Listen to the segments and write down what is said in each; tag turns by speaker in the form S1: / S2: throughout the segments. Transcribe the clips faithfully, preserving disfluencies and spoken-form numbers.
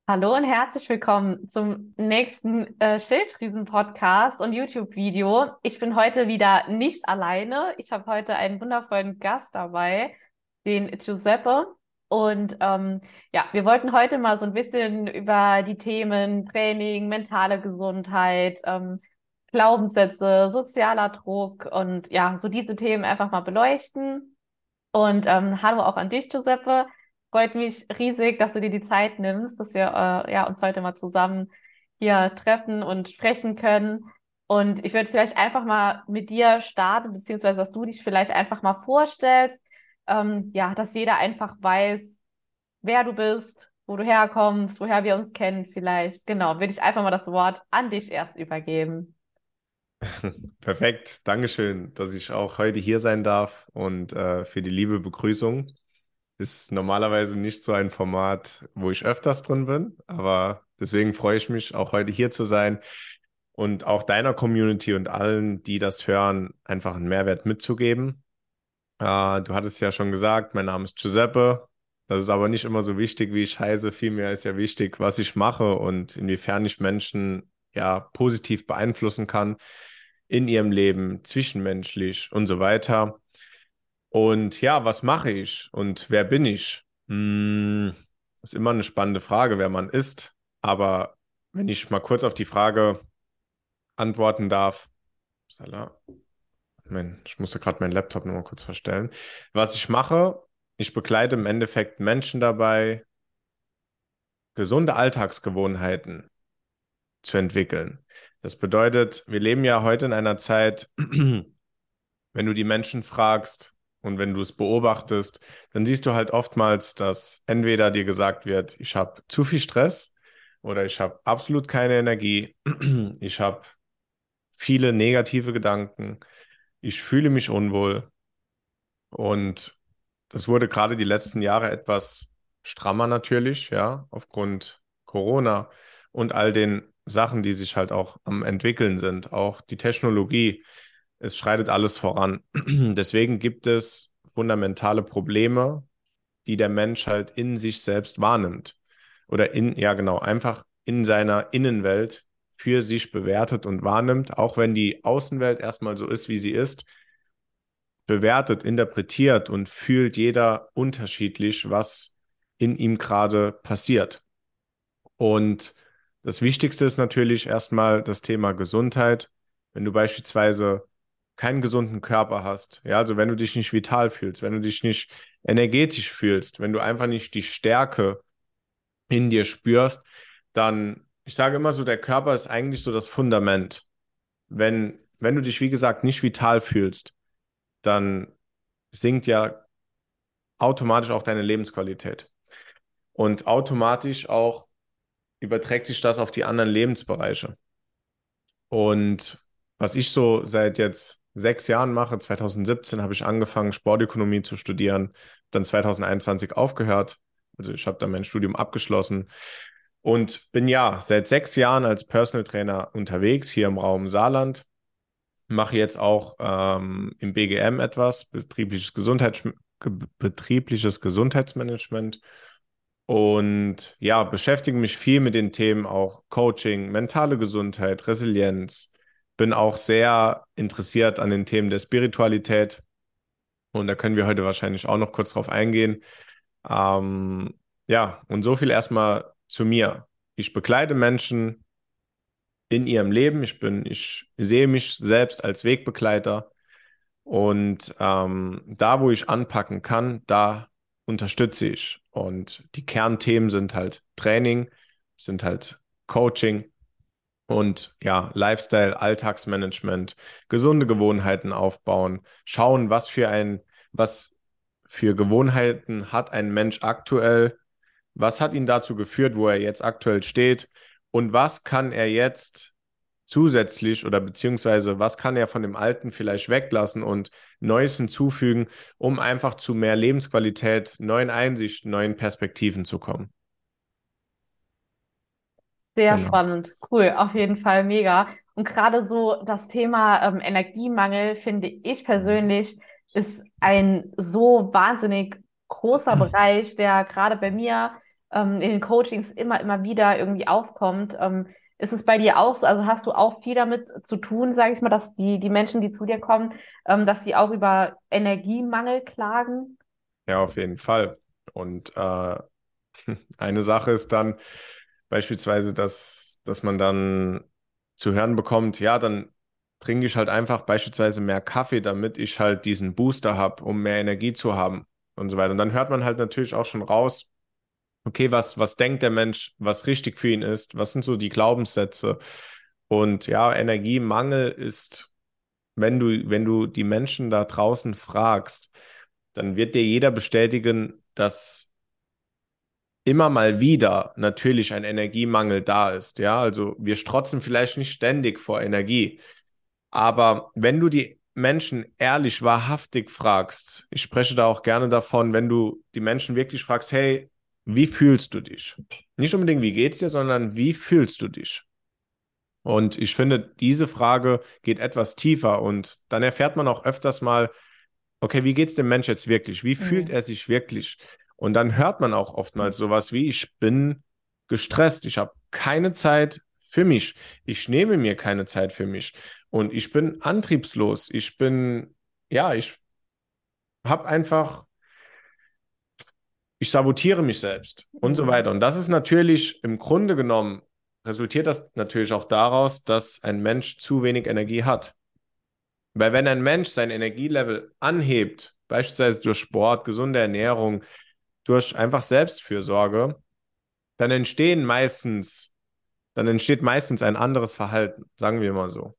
S1: Hallo und herzlich willkommen zum nächsten äh, Schilddrüsen-Podcast und YouTube-Video. Ich bin heute wieder nicht alleine. Ich habe heute einen wundervollen Gast dabei, den Giuseppe. Und ähm, ja, wir wollten heute mal so ein bisschen über die Themen Training, mentale Gesundheit, ähm, Glaubenssätze, sozialer Druck und ja, so diese Themen einfach mal beleuchten. Und ähm, hallo auch an dich, Giuseppe. Freut mich riesig, dass du dir die Zeit nimmst, dass wir äh, ja, uns heute mal zusammen hier treffen und sprechen können. Und ich würde vielleicht einfach mal mit dir starten, beziehungsweise dass du dich vielleicht einfach mal vorstellst, ähm, ja, dass jeder einfach weiß, wer du bist, wo du herkommst, woher wir uns kennen vielleicht. Genau, würde ich einfach mal das Wort an dich erst übergeben.
S2: Perfekt, Dankeschön, dass ich auch heute hier sein darf und äh, für die liebe Begrüßung. Ist normalerweise nicht so ein Format, wo ich öfters drin bin, aber deswegen freue ich mich, auch heute hier zu sein und auch deiner Community und allen, die das hören, einfach einen Mehrwert mitzugeben. Äh, du hattest ja schon gesagt, mein Name ist Giuseppe. Das ist aber nicht immer so wichtig, wie ich heiße. Vielmehr ist ja wichtig, was ich mache und inwiefern ich Menschen ja positiv beeinflussen kann in ihrem Leben, zwischenmenschlich und so weiter. Und ja, was mache ich und wer bin ich? Hm, ist immer eine spannende Frage, wer man ist. Aber wenn ich mal kurz auf die Frage antworten darf, Salah, mein, ich musste gerade meinen Laptop nochmal kurz verstellen. Was ich mache, ich begleite im Endeffekt Menschen dabei, gesunde Alltagsgewohnheiten zu entwickeln. Das bedeutet, wir leben ja heute in einer Zeit, wenn du die Menschen fragst und wenn du es beobachtest, dann siehst du halt oftmals, dass entweder dir gesagt wird, ich habe zu viel Stress oder ich habe absolut keine Energie, ich habe viele negative Gedanken, ich fühle mich unwohl. Und das wurde gerade die letzten Jahre etwas strammer natürlich, ja, aufgrund Corona und all den Sachen, die sich halt auch am entwickeln sind, auch die Technologie. Es schreitet alles voran. Deswegen gibt es fundamentale Probleme, die der Mensch halt in sich selbst wahrnimmt. Oder in, ja genau, einfach in seiner Innenwelt für sich bewertet und wahrnimmt, auch wenn die Außenwelt erstmal so ist, wie sie ist, bewertet, interpretiert und fühlt jeder unterschiedlich, was in ihm gerade passiert. Und das Wichtigste ist natürlich erstmal das Thema Gesundheit. Wenn du beispielsweise keinen gesunden Körper hast, ja, also wenn du dich nicht vital fühlst, wenn du dich nicht energetisch fühlst, wenn du einfach nicht die Stärke in dir spürst, dann, ich sage immer so, der Körper ist eigentlich so das Fundament. Wenn, wenn du dich, wie gesagt, nicht vital fühlst, dann sinkt ja automatisch auch deine Lebensqualität. Und automatisch auch überträgt sich das auf die anderen Lebensbereiche. Und was ich so seit jetzt sechs Jahren mache, zwanzig siebzehn habe ich angefangen, Sportökonomie zu studieren, dann zwanzig einundzwanzig aufgehört. Also ich habe dann mein Studium abgeschlossen und bin ja seit sechs Jahren als Personal Trainer unterwegs hier im Raum Saarland. Mache jetzt auch ähm, im B G M etwas, betriebliches Gesundheits betriebliches Gesundheitsmanagement. Und ja, beschäftige mich viel mit den Themen auch Coaching, mentale Gesundheit, Resilienz. Bin auch sehr interessiert an den Themen der Spiritualität. Und da können wir heute wahrscheinlich auch noch kurz drauf eingehen. Ähm, ja, und so viel erstmal zu mir. Ich begleite Menschen in ihrem Leben. Ich bin, ich sehe mich selbst als Wegbegleiter. Und ähm, da, wo ich anpacken kann, da unterstütze ich. Und die Kernthemen sind halt Training, sind halt Coaching und ja, Lifestyle, Alltagsmanagement, gesunde Gewohnheiten aufbauen, schauen, was für ein, was für Gewohnheiten hat ein Mensch aktuell, was hat ihn dazu geführt, wo er jetzt aktuell steht und was kann er jetzt zusätzlich oder beziehungsweise was kann er von dem Alten vielleicht weglassen und Neues hinzufügen, um einfach zu mehr Lebensqualität, neuen Einsichten, neuen Perspektiven zu kommen.
S1: Sehr
S2: Genau.
S1: spannend, cool, auf jeden Fall mega. Und gerade so das Thema ähm, Energiemangel, finde ich
S2: Mhm.
S1: persönlich, ist ein so wahnsinnig großer Bereich, der gerade bei mir ähm, in den Coachings immer, immer wieder irgendwie aufkommt. Ähm, ist es bei dir auch so? Also hast du auch viel damit zu tun, sage ich mal, dass die, die Menschen, die zu dir kommen, ähm, dass sie auch über Energiemangel klagen?
S2: Ja, auf jeden Fall. Und äh, eine Sache ist dann beispielsweise, dass, dass man dann zu hören bekommt, ja, dann trinke ich halt einfach beispielsweise mehr Kaffee, damit ich halt diesen Booster habe, um mehr Energie zu haben und so weiter. Und dann hört man halt natürlich auch schon raus, okay, was, was denkt der Mensch, was richtig für ihn ist, was sind so die Glaubenssätze. Und ja, Energiemangel ist, wenn du, wenn du die Menschen da draußen fragst, dann wird dir jeder bestätigen, dass immer mal wieder natürlich ein Energiemangel da ist. Ja, also wir strotzen vielleicht nicht ständig vor Energie, aber wenn du die Menschen ehrlich, wahrhaftig fragst, ich spreche da auch gerne davon, wenn du die Menschen wirklich fragst, hey, wie fühlst du dich? Nicht unbedingt, wie geht's dir, sondern wie fühlst du dich? Und ich finde, diese Frage geht etwas tiefer und dann erfährt man auch öfters mal, okay, wie geht's dem Mensch jetzt wirklich? Wie fühlt
S1: Mhm.
S2: er sich wirklich? Und dann hört man auch oftmals sowas wie, ich bin gestresst, ich habe keine Zeit für mich, ich nehme mir keine Zeit für mich und ich bin antriebslos, ich bin, ja, ich habe einfach, ich sabotiere mich selbst und so weiter.
S1: Mhm.
S2: Und das ist natürlich im Grunde genommen, resultiert das natürlich auch daraus, dass ein Mensch zu wenig Energie hat. Weil wenn ein Mensch sein Energielevel anhebt, beispielsweise durch Sport, gesunde Ernährung, durch einfach Selbstfürsorge, dann entstehen meistens, dann entsteht meistens ein anderes Verhalten, sagen wir mal so.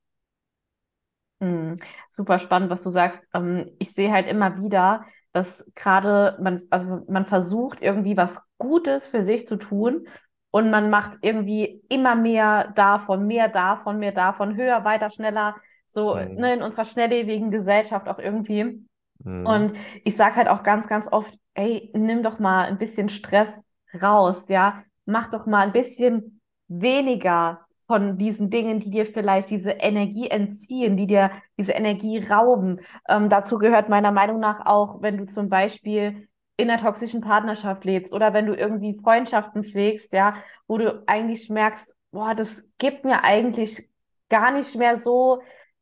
S1: Mhm. Super spannend, was du sagst. Ähm, ich sehe halt immer wieder, dass gerade man, also man versucht irgendwie was Gutes für sich zu tun und man macht irgendwie immer mehr davon, mehr davon, mehr davon, höher, weiter, schneller, so,
S2: Mhm.
S1: ne, in unserer schnelllebigen Gesellschaft auch irgendwie.
S2: Mhm.
S1: Und ich sage halt auch ganz, ganz oft, ey, nimm doch mal ein bisschen Stress raus, ja. Mach doch mal ein bisschen weniger von diesen Dingen, die dir vielleicht diese Energie entziehen, die dir diese Energie rauben. Ähm, dazu gehört meiner Meinung nach auch, wenn du zum Beispiel in einer toxischen Partnerschaft lebst oder wenn du irgendwie Freundschaften pflegst, ja, wo du eigentlich merkst, boah, das gibt mir eigentlich gar nicht mehr so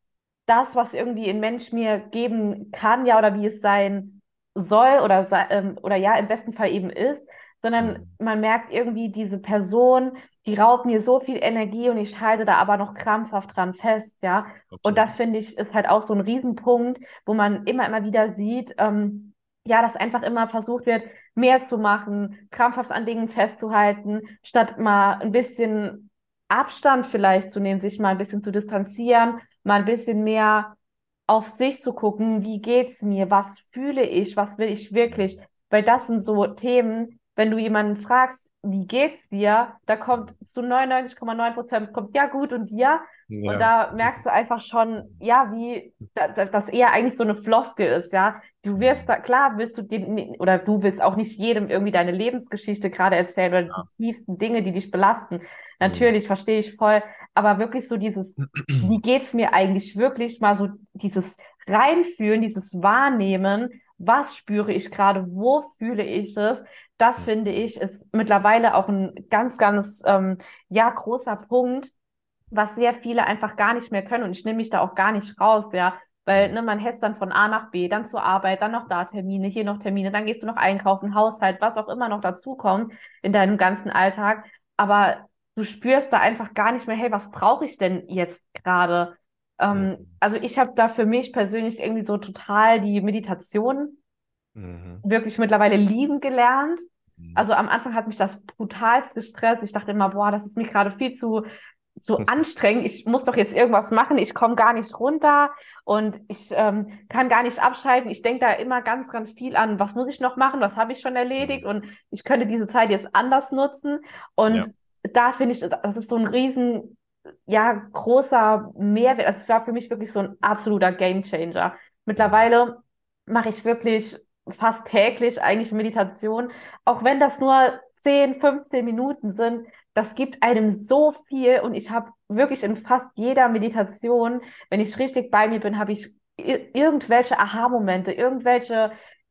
S1: das, was irgendwie ein Mensch mir geben kann, ja, oder wie es sein soll oder, sei, ähm, oder ja, im besten Fall eben ist, sondern
S2: Mhm.
S1: man merkt irgendwie, diese Person, die raubt mir so viel Energie und ich halte da aber noch krampfhaft dran fest, ja. Und
S2: Absolut.
S1: das finde ich ist halt auch so ein Riesenpunkt, wo man immer, immer wieder sieht, ähm, ja, dass einfach immer versucht wird, mehr zu machen, krampfhaft an Dingen festzuhalten, statt mal ein bisschen Abstand vielleicht zu nehmen, sich mal ein bisschen zu distanzieren, mal ein bisschen mehr auf sich zu gucken, wie geht's mir, was fühle ich, was will ich wirklich, weil das sind so Themen, wenn du jemanden fragst, wie geht's dir, da kommt zu neunundneunzig Komma neun Prozent kommt ja gut und dir und
S2: Ja.
S1: da merkst du einfach schon, ja, wie da, da, das eher eigentlich so eine Floskel ist, ja. Du wirst da, klar, willst du den, oder du willst auch nicht jedem irgendwie deine Lebensgeschichte gerade erzählen oder die tiefsten Dinge, die dich belasten.
S2: Mhm.
S1: Natürlich, verstehe ich voll, aber wirklich so dieses wie geht's mir eigentlich wirklich mal so dieses Reinfühlen, dieses Wahrnehmen, was spüre ich gerade, wo fühle ich es, das finde ich ist mittlerweile auch ein ganz, ganz ähm, ja großer Punkt, was sehr viele einfach gar nicht mehr können und ich nehme mich da auch gar nicht raus, ja, weil ne, man hetzt dann von A nach B, dann zur Arbeit, dann noch da Termine, hier noch Termine, dann gehst du noch einkaufen, Haushalt, was auch immer noch dazukommt in deinem ganzen Alltag, aber du spürst da einfach gar nicht mehr, hey, was brauche ich denn jetzt gerade? Ähm,
S2: Mhm.
S1: also ich habe da für mich persönlich irgendwie so total die Meditation
S2: Mhm.
S1: wirklich mittlerweile lieben gelernt.
S2: Mhm.
S1: Also am Anfang hat mich das brutalst gestresst. Ich dachte immer, boah, das ist mir gerade viel zu, zu anstrengend. Ich muss doch jetzt irgendwas machen. Ich komme gar nicht runter und ich ähm, kann gar nicht abschalten. Ich denke da immer ganz, ganz viel an, was muss ich noch machen, was habe ich schon erledigt
S2: Mhm.
S1: und ich könnte diese Zeit jetzt anders nutzen.
S2: Ja.
S1: Und da finde ich, das ist so ein riesen, ja, großer Mehrwert. Also es war für mich wirklich so ein absoluter Gamechanger.
S2: Mhm.
S1: Mittlerweile mache ich wirklich fast täglich eigentlich Meditation, auch wenn das nur zehn, fünfzehn Minuten sind. Das gibt einem so viel und ich habe wirklich in fast jeder Meditation, wenn ich richtig bei mir bin, habe ich ir irgendwelche Aha-Momente, irgendwelche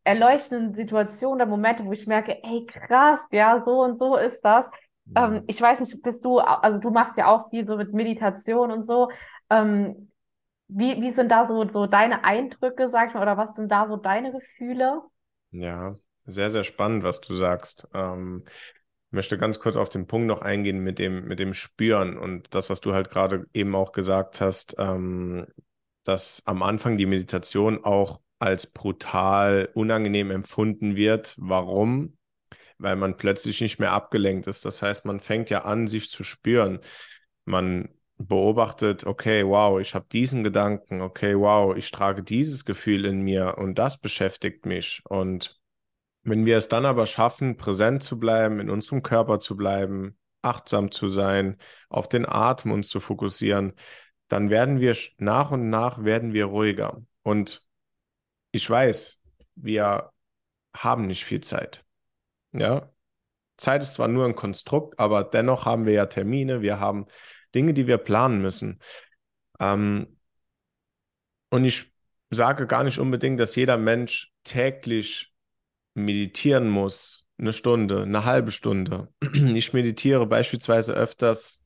S1: erleuchtenden Situationen oder Momente, wo ich merke, ey, krass, ja, so und so ist das. Ähm,
S2: Mhm.
S1: ich weiß nicht, bist du, also du machst ja auch viel so mit Meditation und so. Ähm, wie, wie sind da so, so deine Eindrücke, sag ich mal, oder was sind da so deine Gefühle?
S2: Ja, sehr, sehr spannend, was du sagst. Ähm, ich möchte ganz kurz auf den Punkt noch eingehen mit dem, mit dem Spüren und das, was du halt gerade eben auch gesagt hast, ähm, dass am Anfang die Meditation auch als brutal unangenehm empfunden wird. Warum? Weil man plötzlich nicht mehr abgelenkt ist. Das heißt, man fängt ja an, sich zu spüren. Man beobachtet, okay, wow, ich habe diesen Gedanken, okay, wow, ich trage dieses Gefühl in mir und das beschäftigt mich. Und wenn wir es dann aber schaffen, präsent zu bleiben, in unserem Körper zu bleiben, achtsam zu sein, auf den Atem uns zu fokussieren, dann werden wir sch- nach und nach werden wir ruhiger. Und ich weiß, wir haben nicht viel Zeit. Ja, Zeit ist zwar nur ein Konstrukt, aber dennoch haben wir ja Termine, wir haben Dinge, die wir planen müssen. Ähm, und ich sage gar nicht unbedingt, dass jeder Mensch täglich meditieren muss, eine Stunde, eine halbe Stunde. Ich meditiere beispielsweise öfters,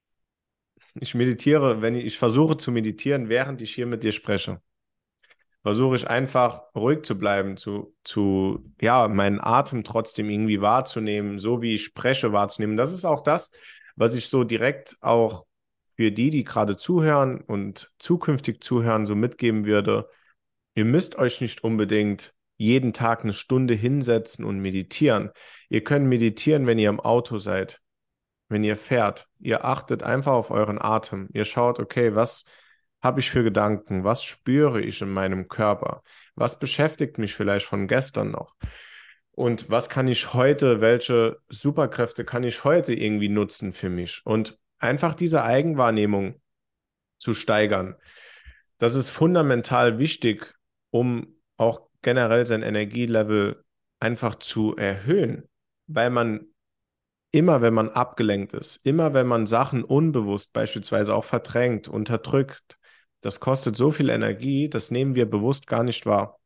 S2: ich meditiere, wenn ich, ich versuche zu meditieren, während ich hier mit dir spreche. Versuche ich einfach ruhig zu bleiben, zu, zu, ja, meinen Atem trotzdem irgendwie wahrzunehmen, so wie ich spreche, wahrzunehmen. Das ist auch das, was ich so direkt auch für die, die gerade zuhören und zukünftig zuhören, so mitgeben würde. Ihr müsst euch nicht unbedingt jeden Tag eine Stunde hinsetzen und meditieren. Ihr könnt meditieren, wenn ihr im Auto seid, wenn ihr fährt. Ihr achtet einfach auf euren Atem. Ihr schaut, okay, was habe ich für Gedanken? Was spüre ich in meinem Körper? Was beschäftigt mich vielleicht von gestern noch? Und was kann ich heute, welche Superkräfte kann ich heute irgendwie nutzen für mich? Und einfach diese Eigenwahrnehmung zu steigern. Das ist fundamental wichtig, um auch generell sein Energielevel einfach zu erhöhen, weil man immer, wenn man abgelenkt ist, immer, wenn man Sachen unbewusst beispielsweise auch verdrängt, unterdrückt, das kostet so viel Energie, das nehmen wir bewusst gar nicht wahr.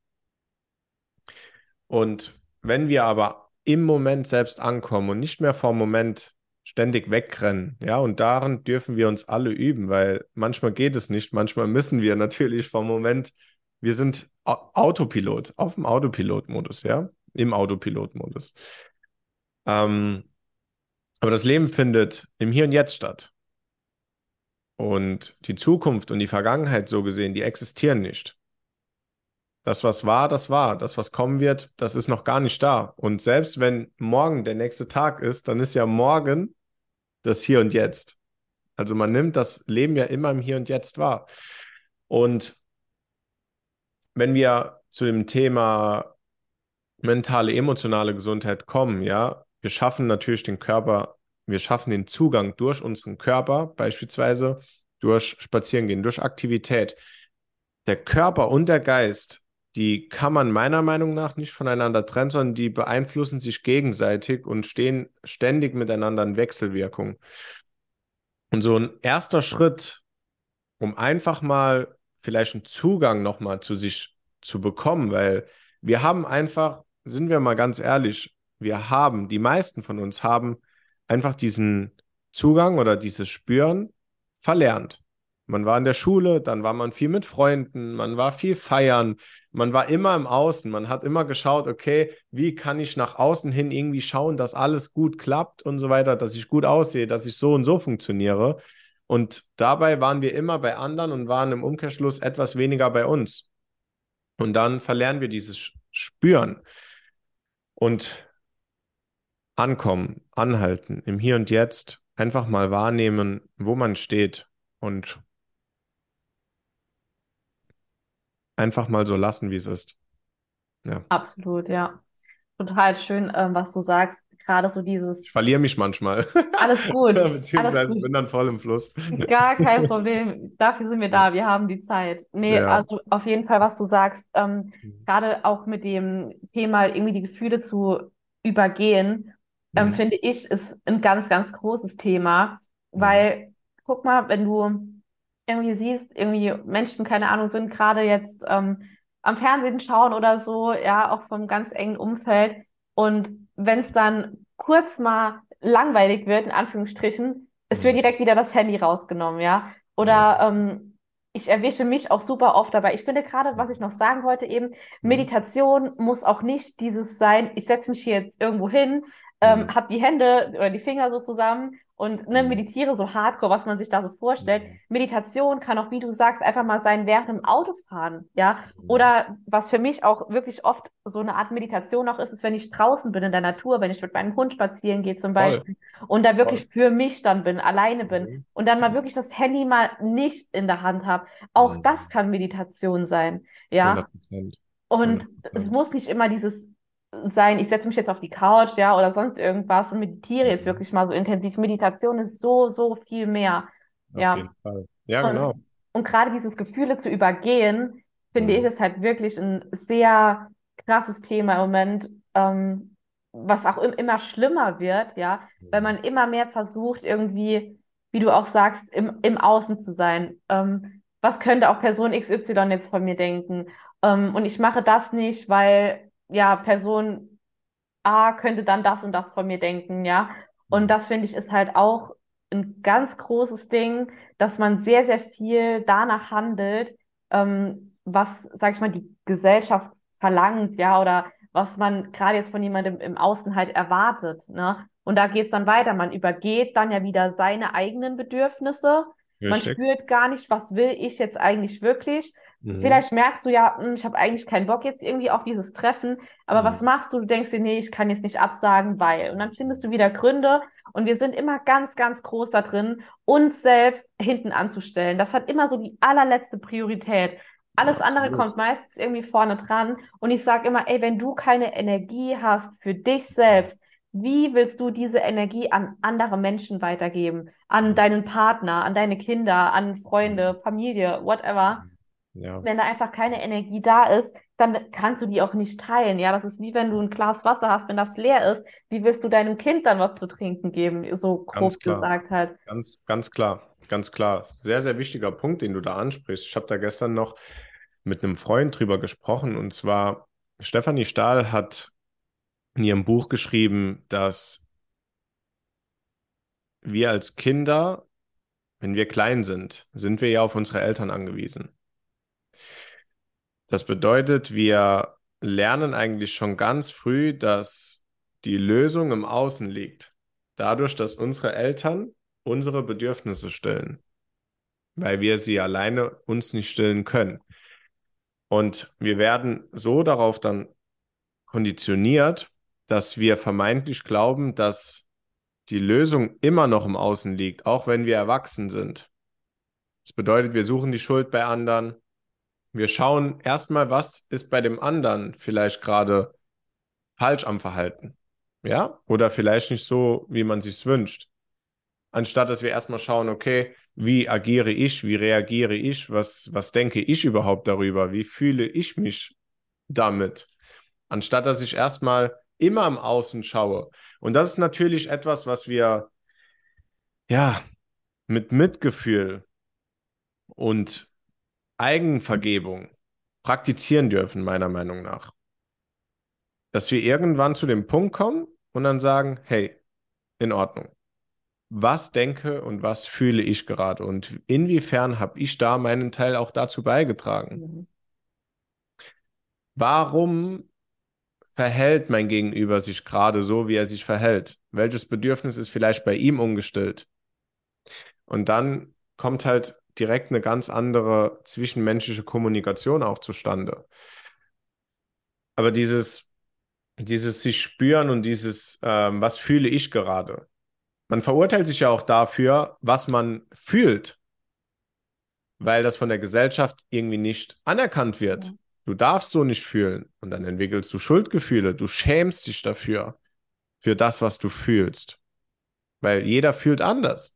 S2: Und wenn wir aber im Moment selbst ankommen und nicht mehr vom Moment ständig wegrennen, ja, und daran dürfen wir uns alle üben, weil manchmal geht es nicht, manchmal müssen wir natürlich vom Moment, wir sind Au- Autopilot, auf dem Autopilot-Modus, ja, im Autopilot-Modus. Ähm, aber das Leben findet im Hier und Jetzt statt. Und die Zukunft und die Vergangenheit so gesehen, die existieren nicht. Das, was war, das war. Das, was kommen wird, das ist noch gar nicht da. Und selbst wenn morgen der nächste Tag ist, dann ist ja morgen das Hier und Jetzt. Also man nimmt das Leben ja immer im Hier und Jetzt wahr. Und wenn wir zu dem Thema mentale, emotionale Gesundheit kommen, ja, wir schaffen natürlich den Körper, wir schaffen den Zugang durch unseren Körper, beispielsweise durch Spazierengehen, durch Aktivität. Der Körper und der Geist, die kann man meiner Meinung nach nicht voneinander trennen, sondern die beeinflussen sich gegenseitig und stehen ständig miteinander in Wechselwirkung. Und so ein erster Schritt, um einfach mal vielleicht einen Zugang nochmal zu sich zu bekommen, weil wir haben einfach, sind wir mal ganz ehrlich, wir haben, die meisten von uns haben einfach diesen Zugang oder dieses Spüren verlernt. Man war in der Schule, dann war man viel mit Freunden, man war viel feiern, man war immer im Außen, man hat immer geschaut, okay, wie kann ich nach außen hin irgendwie schauen, dass alles gut klappt und so weiter, dass ich gut aussehe, dass ich so und so funktioniere. Und dabei waren wir immer bei anderen und waren im Umkehrschluss etwas weniger bei uns. Und dann verlernen wir dieses Spüren und ankommen, anhalten, im Hier und Jetzt einfach mal wahrnehmen, wo man steht und einfach mal so lassen, wie es ist. Ja.
S1: Absolut, ja. Total schön, ähm, was du sagst. Gerade so
S2: Ich
S1: dieses,
S2: verliere mich manchmal,
S1: alles gut, alles
S2: beziehungsweise
S1: gut.
S2: bin dann voll im Fluss.
S1: Gar kein Problem. Dafür sind wir da. Wir haben die Zeit. Nee,
S2: Ja.
S1: also auf jeden Fall, was du sagst, ähm, gerade auch mit dem Thema irgendwie die Gefühle zu übergehen, ähm,
S2: Mhm.
S1: finde ich, ist ein ganz, ganz großes Thema.
S2: Mhm.
S1: Weil, guck mal, wenn du irgendwie siehst, irgendwie Menschen, keine Ahnung, sind gerade jetzt, ähm, am Fernsehen schauen oder so, ja, auch vom ganz engen Umfeld. Und wenn es dann kurz mal langweilig wird, in Anführungsstrichen, es wird
S2: Mhm.
S1: direkt wieder das Handy rausgenommen, ja.
S2: Ja.
S1: Oder ähm, ich erwische mich auch super oft dabei. Ich finde gerade, was ich noch sagen wollte, eben,
S2: Mhm.
S1: Meditation muss auch nicht dieses sein, ich setze mich hier jetzt irgendwo hin, ähm,
S2: Mhm.
S1: habe die Hände oder die Finger so zusammen und ne,
S2: Mhm.
S1: meditiere so hardcore, was man sich da so vorstellt.
S2: Mhm.
S1: Meditation kann auch, wie du sagst, einfach mal sein während dem Autofahren, ja.
S2: Mhm.
S1: Oder was für mich auch wirklich oft so eine Art Meditation auch ist, ist, wenn ich draußen bin in der Natur, wenn ich mit meinem Hund spazieren gehe zum
S2: Voll,
S1: Beispiel und da
S2: voll.
S1: wirklich für mich dann bin, alleine bin
S2: Mhm.
S1: und dann mal
S2: Mhm.
S1: wirklich das Handy mal nicht in der Hand habe. Auch das
S2: Mhm.
S1: kann Meditation sein, ja.
S2: hundert Prozent.
S1: Und
S2: hundert
S1: es
S2: Prozent.
S1: muss nicht immer dieses sein, ich setze mich jetzt auf die Couch, ja, oder sonst irgendwas und meditiere jetzt
S2: Mhm.
S1: wirklich mal so intensiv. Meditation ist so, so viel mehr,
S2: Auf
S1: ja.
S2: jeden Fall. Ja,
S1: Und,
S2: genau.
S1: und gerade dieses Gefühle zu übergehen, finde ich,
S2: Mhm.
S1: ist halt wirklich ein sehr krasses Thema im Moment, ähm, was auch im, immer schlimmer wird, ja, weil
S2: Mhm.
S1: man immer mehr versucht, irgendwie, wie du auch sagst, im, im Außen zu sein. Ähm, was könnte auch Person X Y jetzt von mir denken? Ähm, und ich mache das nicht, weil, ja, Person A könnte dann das und das von mir denken, ja. Und
S2: Mhm.
S1: das finde ich ist halt auch ein ganz großes Ding, dass man sehr, sehr viel danach handelt, ähm, was, sag ich mal, die Gesellschaft verlangt, ja, oder was man gerade jetzt von jemandem im Außen halt erwartet, ne? Und da geht's dann weiter. Man übergeht dann ja wieder seine eigenen Bedürfnisse. Man
S2: Richtig.
S1: spürt gar nicht, was will ich jetzt eigentlich wirklich.
S2: Mhm.
S1: Vielleicht merkst du ja, hm, ich habe eigentlich keinen Bock jetzt irgendwie auf dieses Treffen, aber was
S2: Mhm.
S1: machst du? Du denkst dir, nee, ich kann jetzt nicht absagen, weil. Und dann findest du wieder Gründe. Und wir sind immer ganz, ganz groß da drin, uns selbst hinten anzustellen. Das hat immer so die allerletzte Priorität.
S2: Ja,
S1: Alles andere
S2: absolut.
S1: kommt meistens irgendwie vorne dran. Und ich sage immer, ey, wenn du keine Energie hast für dich selbst, wie willst du diese Energie an andere Menschen weitergeben? An
S2: Mhm.
S1: deinen Partner, an deine Kinder, an
S2: Mhm.
S1: Freunde, Familie, whatever.
S2: Ja,
S1: Wenn da einfach keine Energie da ist, dann kannst du die auch nicht teilen. Ja, das ist wie wenn du ein Glas Wasser hast, wenn das leer ist, wie willst du deinem Kind dann was zu trinken geben? So
S2: ganz
S1: grob
S2: klar.
S1: gesagt halt.
S2: Ganz, ganz klar. Ganz klar. Sehr, sehr wichtiger Punkt, den du da ansprichst. Ich habe da gestern noch mit einem Freund drüber gesprochen. Und zwar, Stefanie Stahl hat in ihrem Buch geschrieben, dass wir als Kinder, wenn wir klein sind, sind wir ja auf unsere Eltern angewiesen. Das bedeutet, wir lernen eigentlich schon ganz früh, dass die Lösung im Außen liegt. Dadurch, dass unsere Eltern unsere Bedürfnisse stillen, weil wir sie alleine uns nicht stillen können. Und wir werden so darauf dann konditioniert, dass wir vermeintlich glauben, dass die Lösung immer noch im Außen liegt, auch wenn wir erwachsen sind. Das bedeutet, wir suchen die Schuld bei anderen. Wir schauen erstmal, was ist bei dem anderen vielleicht gerade falsch am Verhalten. Ja? Oder vielleicht nicht so, wie man sich wünscht. Anstatt dass wir erstmal schauen, okay, wie agiere ich, wie reagiere ich, was, was denke ich überhaupt darüber, wie fühle ich mich damit. Anstatt dass ich erstmal immer im Außen schaue. Und das ist natürlich etwas, was wir ja mit Mitgefühl und Eigenvergebung praktizieren dürfen, meiner Meinung nach. Dass wir irgendwann zu dem Punkt kommen und dann sagen, hey, in Ordnung. Was denke und was fühle ich gerade und inwiefern habe ich da meinen Teil auch dazu beigetragen?
S1: Mhm.
S2: Warum verhält mein Gegenüber sich gerade so, wie er sich verhält? Welches Bedürfnis ist vielleicht bei ihm ungestillt? Und dann kommt halt direkt eine ganz andere zwischenmenschliche Kommunikation auch zustande. Aber dieses, dieses sich spüren und dieses, ähm, was fühle ich gerade? Man verurteilt sich ja auch dafür, was man fühlt, weil das von der Gesellschaft irgendwie nicht anerkannt
S1: Ja.
S2: wird. Du darfst so nicht fühlen. Und dann entwickelst du Schuldgefühle. Du schämst dich dafür, für das, was du fühlst. Weil jeder fühlt anders.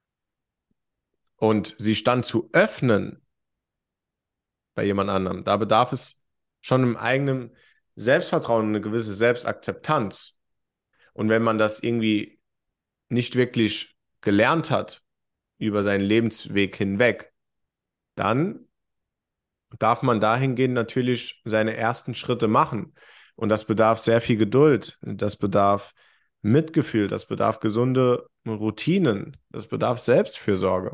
S2: Und sich dann zu öffnen bei jemand anderem, da bedarf es schon im eigenen Selbstvertrauen, eine gewisse Selbstakzeptanz. Und wenn man das irgendwie nicht wirklich gelernt hat über seinen Lebensweg hinweg, dann darf man dahingehend natürlich seine ersten Schritte machen. Und das bedarf sehr viel Geduld, das bedarf Mitgefühl, das bedarf gesunde Routinen, das bedarf Selbstfürsorge.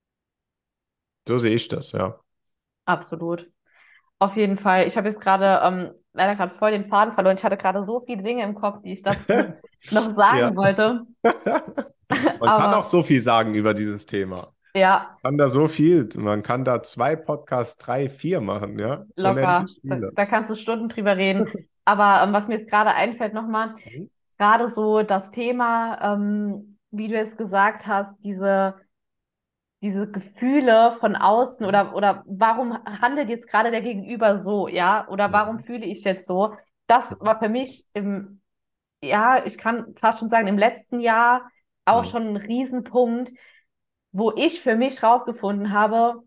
S2: So sehe ich das, ja.
S1: Absolut. Auf jeden Fall. Ich habe jetzt gerade ähm, leider gerade voll den Faden verloren. Ich hatte gerade so viele Dinge im Kopf, die ich dazu noch
S2: Ja.
S1: sagen wollte.
S2: Man kann auch
S1: Aber
S2: so viel sagen über dieses Thema.
S1: ja,
S2: Man kann da so viel, man kann da zwei Podcasts, drei, vier machen, ja.
S1: locker.
S2: Unendlich
S1: Da,
S2: viele.
S1: da kannst du Stunden drüber reden. Aber ähm, was mir jetzt gerade einfällt nochmal,
S2: Mhm.
S1: gerade so das Thema, ähm, wie du es gesagt hast, diese diese Gefühle von außen oder, oder warum handelt jetzt gerade der Gegenüber so, ja? Oder warum
S2: Mhm.
S1: fühle ich jetzt so? Das war für mich im, ja, ich kann fast schon sagen, im letzten Jahr auch
S2: Mhm.
S1: schon ein Riesenpunkt, wo ich für mich rausgefunden habe,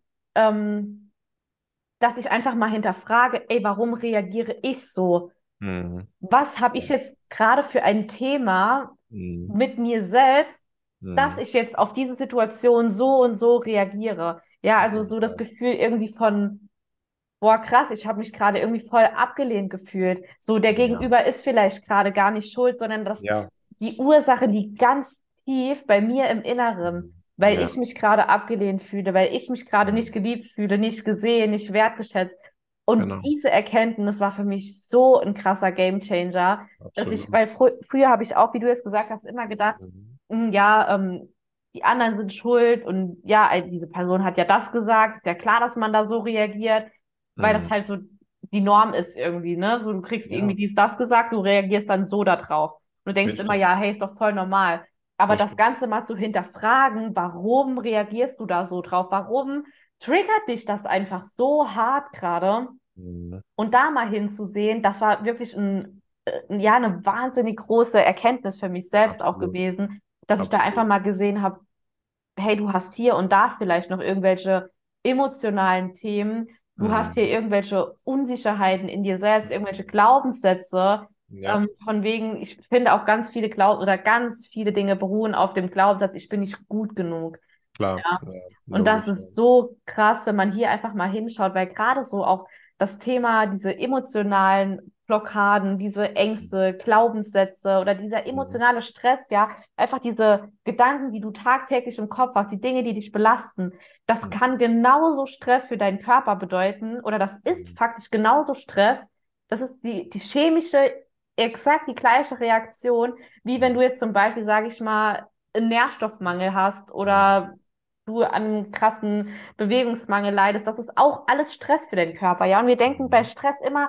S1: ähm, dass ich einfach mal hinterfrage, ey, warum reagiere ich so?
S2: Mhm.
S1: Was habe
S2: Ja.
S1: ich jetzt gerade für ein Thema
S2: Mhm.
S1: mit mir selbst, dass
S2: Mhm.
S1: ich jetzt auf diese Situation so und so reagiere? Ja,
S2: Auf
S1: also
S2: jeden
S1: so das
S2: Fall.
S1: Gefühl irgendwie von, boah, krass, ich habe mich gerade irgendwie voll abgelehnt gefühlt. So, der
S2: Ja.
S1: Gegenüber ist vielleicht gerade gar nicht schuld, sondern dass
S2: Ja.
S1: die Ursache liegt ganz tief bei mir im Inneren,
S2: Mhm.
S1: weil
S2: Ja.
S1: ich mich gerade abgelehnt fühle, weil ich mich gerade nicht
S2: Mhm.
S1: geliebt fühle, nicht gesehen, nicht wertgeschätzt. Und
S2: Genau.
S1: diese Erkenntnis war für mich so ein krasser Gamechanger, dass ich,
S2: Absolut.
S1: weil frü früher habe ich auch, wie du es gesagt hast, immer gedacht,
S2: Mhm.
S1: hm, ja, ähm, die anderen sind schuld und ja, äh, diese Person hat ja das gesagt, ist ja klar, dass man da so reagiert, weil das
S2: Mhm.
S1: halt so die Norm ist irgendwie, ne? So, du kriegst irgendwie
S2: Ja,
S1: dies, das gesagt, du reagierst dann so da drauf. Und du denkst immer,
S2: richtig.
S1: ja, hey, ist doch voll normal. Aber das
S2: Richtig.
S1: Ganze mal zu hinterfragen, warum reagierst du da so drauf? Warum triggert dich das einfach so hart gerade?
S2: Mhm.
S1: Und da mal hinzusehen, das war wirklich ein, äh, ja, eine wahnsinnig große Erkenntnis für mich selbst auch
S2: Absolut.
S1: gewesen, dass ich da einfach
S2: Absolut.
S1: mal gesehen habe, hey, du hast hier und da vielleicht noch irgendwelche emotionalen Themen, du hast hier
S2: Mhm.
S1: irgendwelche Unsicherheiten in dir selbst, irgendwelche Glaubenssätze,
S2: Ja,
S1: ähm, von wegen, ich finde auch ganz viele Glaub oder ganz viele Dinge beruhen auf dem Glaubenssatz, ich bin nicht gut genug.
S2: klar.
S1: Ja.
S2: Ja,
S1: Und das
S2: logisch. Ja.
S1: ist so krass, wenn man hier einfach mal hinschaut, weil gerade so auch das Thema, diese emotionalen Blockaden, diese Ängste, Glaubenssätze oder dieser
S2: Mhm.
S1: emotionale Stress, ja, einfach diese Gedanken, die du tagtäglich im Kopf hast, die Dinge, die dich belasten, das
S2: Mhm.
S1: kann genauso Stress für deinen Körper bedeuten oder das ist
S2: Mhm.
S1: faktisch genauso Stress. Das ist die, die chemische, exakt die gleiche Reaktion, wie wenn du jetzt zum Beispiel, sage ich mal, einen Nährstoffmangel hast
S2: Mhm.
S1: oder du an einem krassen Bewegungsmangel leidest, das ist auch alles Stress für den Körper, ja. Und wir denken bei
S2: Mhm.
S1: Stress immer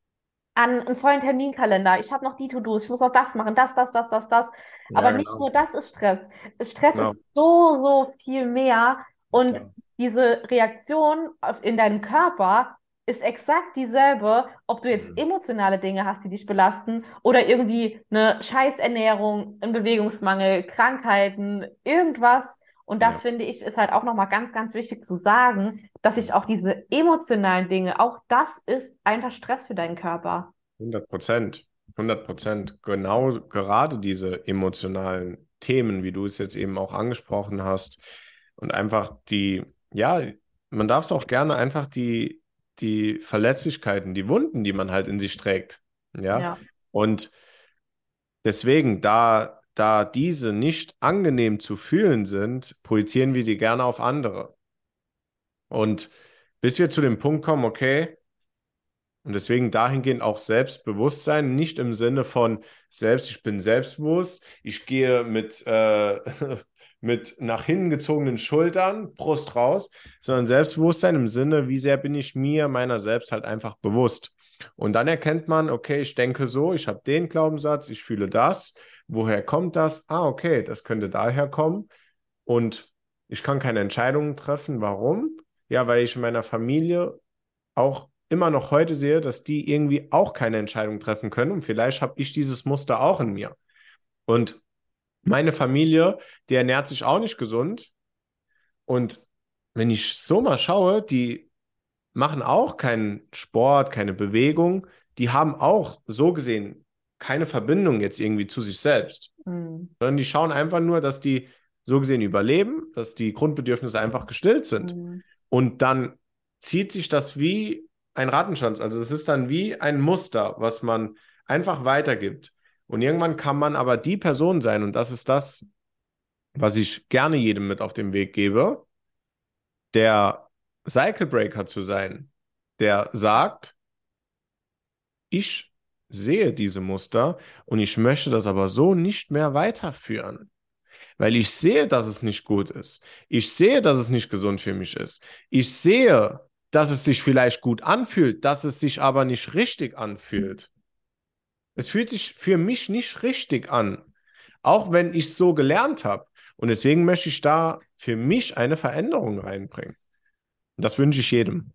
S1: an einen vollen Terminkalender. Ich habe noch die To-Dos, ich muss noch das machen, das, das, das, das, das. Aber
S2: Ja,
S1: nicht
S2: genau.
S1: nur das ist Stress. Stress
S2: Genau.
S1: ist so, so viel mehr.
S2: Ja,
S1: Und
S2: klar.
S1: diese Reaktion auf, in deinem Körper ist exakt dieselbe, ob du jetzt
S2: Mhm.
S1: emotionale Dinge hast, die dich belasten, oder irgendwie eine Scheißernährung, einen Bewegungsmangel, Krankheiten, irgendwas. Und das
S2: Ja.
S1: finde ich ist halt auch nochmal ganz, ganz wichtig zu sagen, dass ich
S2: Mhm.
S1: auch diese emotionalen Dinge, auch das ist einfach Stress für deinen Körper.
S2: hundert Prozent. hundert Prozent. Genau, gerade diese emotionalen Themen, wie du es jetzt eben auch angesprochen hast. Und einfach die, ja, man darf es auch gerne einfach die, die Verletzlichkeiten, die Wunden, die man halt in sich trägt. Ja.
S1: Ja,
S2: Und deswegen, da, da diese nicht angenehm zu fühlen sind, projizieren wir die gerne auf andere. Und bis wir zu dem Punkt kommen, okay, und deswegen dahingehend auch Selbstbewusstsein, nicht im Sinne von selbst, ich bin selbstbewusst, ich gehe mit, äh, mit nach hinten gezogenen Schultern, Brust raus, sondern Selbstbewusstsein im Sinne, wie sehr bin ich mir meiner selbst halt einfach bewusst. Und dann erkennt man, okay, ich denke so, ich habe den Glaubenssatz, ich fühle das. Woher kommt das? Ah, okay, das könnte daher kommen. Und ich kann keine Entscheidungen treffen. Warum? Ja, weil ich in meiner Familie auch immer noch heute sehe, dass die irgendwie auch keine Entscheidung treffen können. Und vielleicht habe ich dieses Muster auch in mir. Und meine Familie, die ernährt sich auch nicht gesund. Und wenn ich so mal schaue, die machen auch keinen Sport, keine Bewegung. Die haben auch so gesehen keine Verbindung jetzt irgendwie zu sich selbst,
S1: mm,
S2: sondern die schauen einfach nur, dass die so gesehen überleben, dass die Grundbedürfnisse einfach gestillt sind.
S1: mm,
S2: Und dann zieht sich das wie ein Rattenschwanz. Also es ist dann wie ein Muster, was man einfach weitergibt. Und irgendwann kann man aber die Person sein, und das ist das, was ich gerne jedem mit auf den Weg gebe, der Cycle Breaker zu sein, der sagt, ich sehe diese Muster und ich möchte das aber so nicht mehr weiterführen, weil ich sehe, dass es nicht gut ist. Ich sehe, dass es nicht gesund für mich ist. Ich sehe, dass es sich vielleicht gut anfühlt, dass es sich aber nicht richtig anfühlt. Es fühlt sich für mich nicht richtig an, auch wenn ich es so gelernt habe. Und deswegen möchte ich da für mich eine Veränderung reinbringen. Und das wünsche ich jedem.